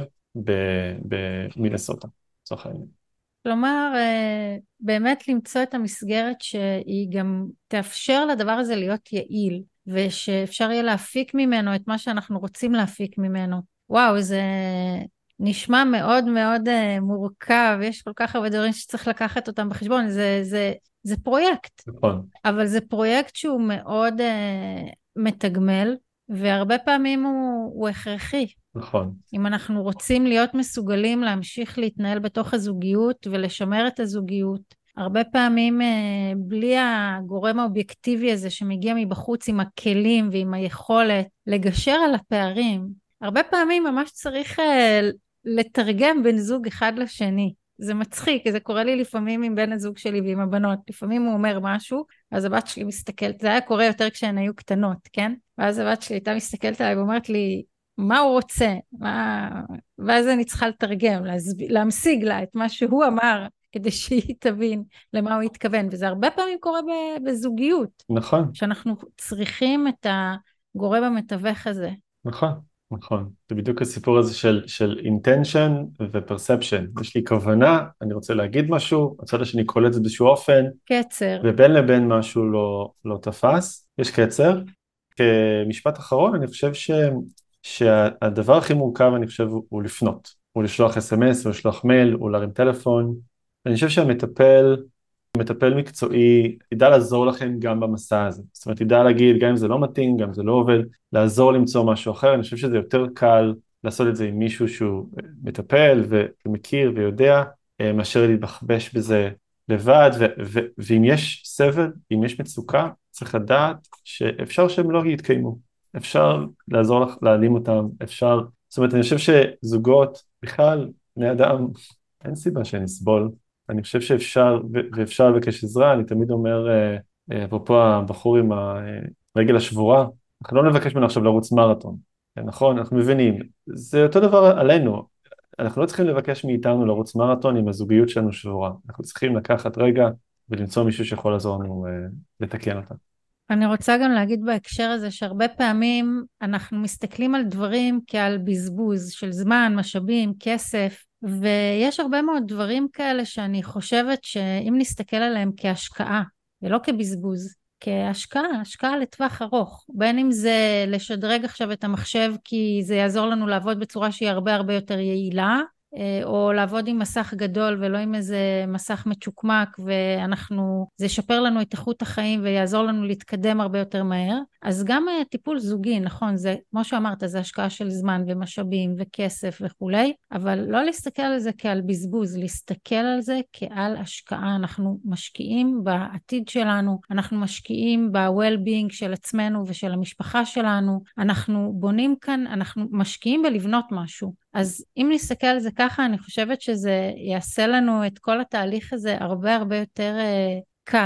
C: במינסוטה, לצורך העניין.
B: כלומר, באמת למצוא את המסגרת שהיא גם תאפשר לדבר הזה להיות יעיל, ושאפשר יהיה להפיק ממנו את מה שאנחנו רוצים להפיק ממנו. וואו, זה נשמע מאוד מאוד מורכב, יש כל כך הרבה דברים שצריך לקחת אותם בחשבון, זה, זה, זה פרויקט.
C: נכון.
B: אבל זה פרויקט שהוא מאוד מתגמל, והרבה פעמים הוא, הוא הכרחי.
C: נכון.
B: אם אנחנו רוצים להיות מסוגלים להמשיך להתנהל בתוך הזוגיות ולשמר את הזוגיות, הרבה פעמים בלי הגורם האובייקטיבי הזה שמגיע מבחוץ עם הכלים ועם היכולת לגשר על הפערים, הרבה פעמים ממש צריך לתרגם בין זוג אחד לשני. זה מצחיק, זה קורה לי לפעמים עם בן הזוג שלי ועם הבנות. לפעמים הוא אומר משהו, אז הבת שלי מסתכלת, זה היה קורה יותר כשהן היו קטנות, כן? ואז הבת שלי הייתה מסתכלת עליי ואומרת לי, מה הוא רוצה? מה... ואז אני צריכה לתרגם, להסב... להמשיג לה את מה שהוא אמר, כדי שהיא תבין למה הוא התכוון. וזה הרבה פעמים קורה בזוגיות.
C: נכון.
B: שאנחנו צריכים את הגורם המתווך הזה.
C: נכון. נכון, זה בדיוק הסיפור הזה של, של intention ו-perception. יש לי כוונה, אני רוצה להגיד משהו, הצד השני קולט את זה באיזשהו אופן.
B: קצר.
C: ובין לבין משהו לא, לא תפס, יש קצר. כמשפט אחרון, אני חושב ש, שהדבר הכי מורכב, אני חושב, הוא לפנות. הוא לשלוח אס אם אס, או לשלוח מייל, או להרים טלפון. אני חושב שהמטפל, מטפל מקצועי, ידע לעזור לכם גם במסע הזה. זאת אומרת, ידע להגיד, גם אם זה לא מתאים, גם אם זה לא עובד, לעזור למצוא משהו אחר. אני חושב שזה יותר קל לעשות את זה עם מישהו שהוא מטפל ומכיר ויודע, מאשר להתבחבש בזה לבד, ו- ו- ואם יש סבל, אם יש מצוקה, צריך לדעת שאפשר שהם לא יתקיימו. אפשר לעזור לך, להעלים אותם, אפשר... זאת אומרת, אני חושב שזוגות, בכלל, בני אדם, אין סיבה שנסבול. אני חושב שאפשר, ואפשר לבקש עזרה, אני תמיד אומר, אפרופו הבחור עם הרגל השבורה, אנחנו לא נבקש ממנו עכשיו לרוץ מרתון, נכון? אנחנו מבינים, זה אותו דבר עלינו, אנחנו לא צריכים לבקש מאיתנו לרוץ מרתון עם הזוגיות שלנו שבורה, אנחנו צריכים לקחת רגע ולמצוא מישהו שיכול לעזור לנו לתקן אותה.
B: אני רוצה גם להגיד בהקשר הזה שהרבה פעמים אנחנו מסתכלים על דברים כעל בזבוז של זמן, משאבים, כסף, ויש הרבה מאוד דברים כאלה שאני חושבת שאם נסתכל עליהם כהשקעה, ולא כבזבוז, כהשקעה, השקעה לטווח ארוך, בין אם זה לשדרג עכשיו את המחשב כי זה יעזור לנו לעבוד בצורה שהיא הרבה הרבה יותר יעילה, או לעבוד עם מסך גדול ולא עם איזה מסך מצ'וקמק, ואנחנו, זה ישפר לנו את איכות החיים ויעזור לנו להתקדם הרבה יותר מהר. אז גם טיפול זוגי, נכון, זה כמו שאמרת, זה השקעה של זמן ומשאבים וכסף וכולי, אבל לא להסתכל על זה כעל בזבוז, להסתכל על זה כעל השקעה. אנחנו משקיעים בעתיד שלנו, אנחנו משקיעים ב-well-being של עצמנו ושל המשפחה שלנו, אנחנו בונים כאן, אנחנו משקיעים בלבנות משהו. אז אם נסתכל על זה ככה, אני חושבת שזה יעשה לנו את כל התהליך הזה הרבה הרבה יותר uh, קל.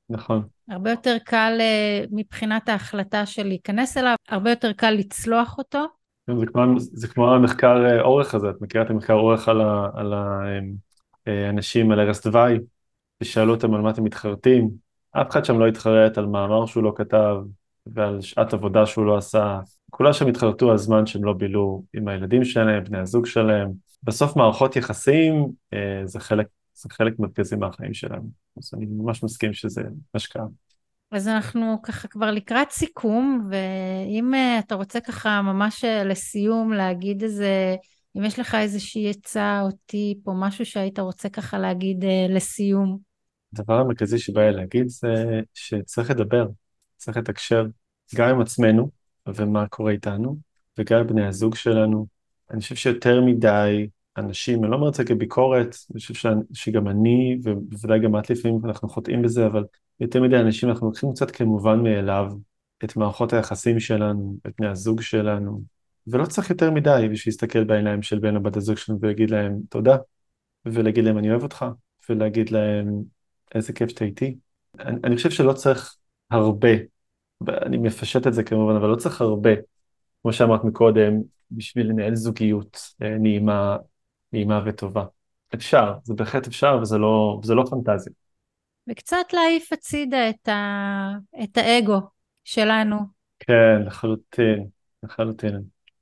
C: נכון.
B: הרבה יותר קל אה, מבחינת ההחלטה של להיכנס אליו, הרבה יותר קל לצלוח אותו.
C: זה כמו, זה כמו המחקר אה, אורך הזה, את מכירה את המחקר אורך על, ה, על ה, אה, האנשים, על ערש דווי, ושאלו אותם על מה אתם מתחרטים, אף אחד שם לא התחרט על מאמר שהוא לא כתב, ועל שעת עבודה שהוא לא עשה, כולם שם התחרטו על זמן שהם לא בילו עם הילדים שלהם, בני הזוג שלהם, בסוף מערכות יחסים אה, זה חלק, זה חלק מרכזי מהחיים שלנו, אז אני ממש מסכים שזה השקעה.
B: אז אנחנו ככה כבר לקראת סיכום, ואם uh, אתה רוצה ככה ממש uh, לסיום להגיד איזה, אם יש לך איזושהי עצה או טיפ או משהו שהיית רוצה ככה להגיד uh, לסיום.
C: הדבר המרכזי שבא לי להגיד זה שצריך לדבר, צריך לתקשר גם עם עצמנו ומה קורה איתנו, וגם עם בני הזוג שלנו. אני חושב שיותר מדי אנשים, אני לא אומר את זה כביקורת, אני חושב ש... שגם אני, ובוודאי גם את לפעמים אנחנו חוטאים בזה, אבל יותר מדי אנשים אנחנו לוקחים קצת כמובן מאליו את מערכות היחסים שלנו, את בני הזוג שלנו, ולא צריך יותר מדי בשביל להסתכל בעיניים של בן או בת הזוג שלנו ולהגיד להם תודה, ולהגיד להם אני אוהב אותך, ולהגיד להם איזה כיף שאתה איתי. אני, אני חושב שלא צריך הרבה, אני מפשט את זה כמובן, אבל לא צריך הרבה, כמו שאמרת מקודם, בשביל לנהל זוגיות אה, נעימה, נעימה וטובה. אפשר, זה בהחלט אפשר, וזה לא, וזה לא פנטזיה.
B: וקצת להעיף הצידה את, ה... את האגו שלנו.
C: כן, לחלוטין, לחלוטין.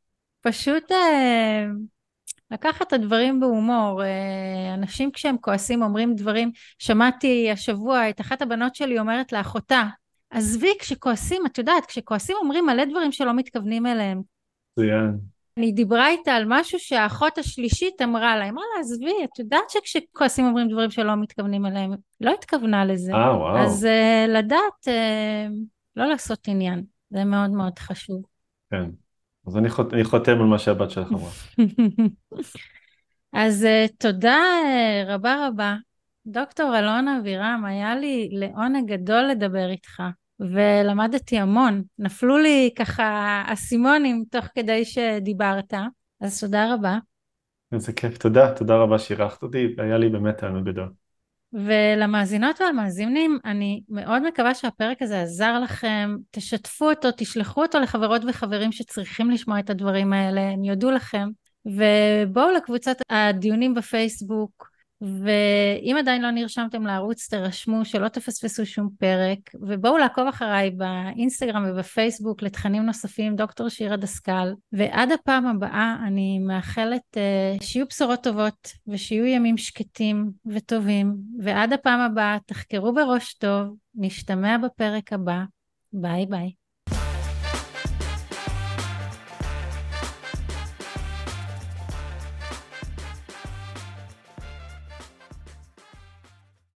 B: פשוט אה, לקחת את הדברים בהומור. אה, אנשים כשהם כועסים אומרים דברים, שמעתי השבוע את אחת הבנות שלי אומרת לאחותה, עזבי, כשכועסים, את יודעת, כשכועסים אומרים מלא דברים שלא מתכוונים אליהם.
C: מצוין.
B: אני דיברה איתה על משהו שהאחות השלישית אמרה לה, אמרה לה, עזבי, את יודעת שכשכועסים אומרים דברים שלא מתכוונים אליהם, לא התכוונה לזה.
C: אה, וואו.
B: אז uh, לדעת, uh, לא לעשות עניין, זה מאוד מאוד חשוב.
C: כן, אז אני, חות, אני חותם על מה שהבת שלך אמרה.
B: אז uh, תודה uh, רבה רבה. דוקטור אלון אבירם, היה לי לעונג גדול לדבר איתך. ולמדתי המון, נפלו לי ככה אסימונים תוך כדי שדיברת, אז תודה רבה.
C: איזה כיף, תודה, תודה רבה שאירחת אותי, היה לי באמת תענוג גדול.
B: ולמאזינות והמאזינים, אני מאוד מקווה שהפרק הזה עזר לכם, תשתפו אותו, תשלחו אותו לחברות וחברים שצריכים לשמוע את הדברים האלה, הם יודו לכם, ובואו לקבוצת הדיונים בפייסבוק, ואם עדיין לא נרשמתם לערוץ תרשמו שלא תפספסו שום פרק, ובואו לעקוב אחריי באינסטגרם ובפייסבוק לתכנים נוספים, דוקטור שירה דסקל, ועד הפעם הבאה אני מאחלת uh, שיהיו בשורות טובות ושיהיו ימים שקטים וטובים, ועד הפעם הבאה תחקרו בראש טוב, נשתמע בפרק הבא, ביי ביי.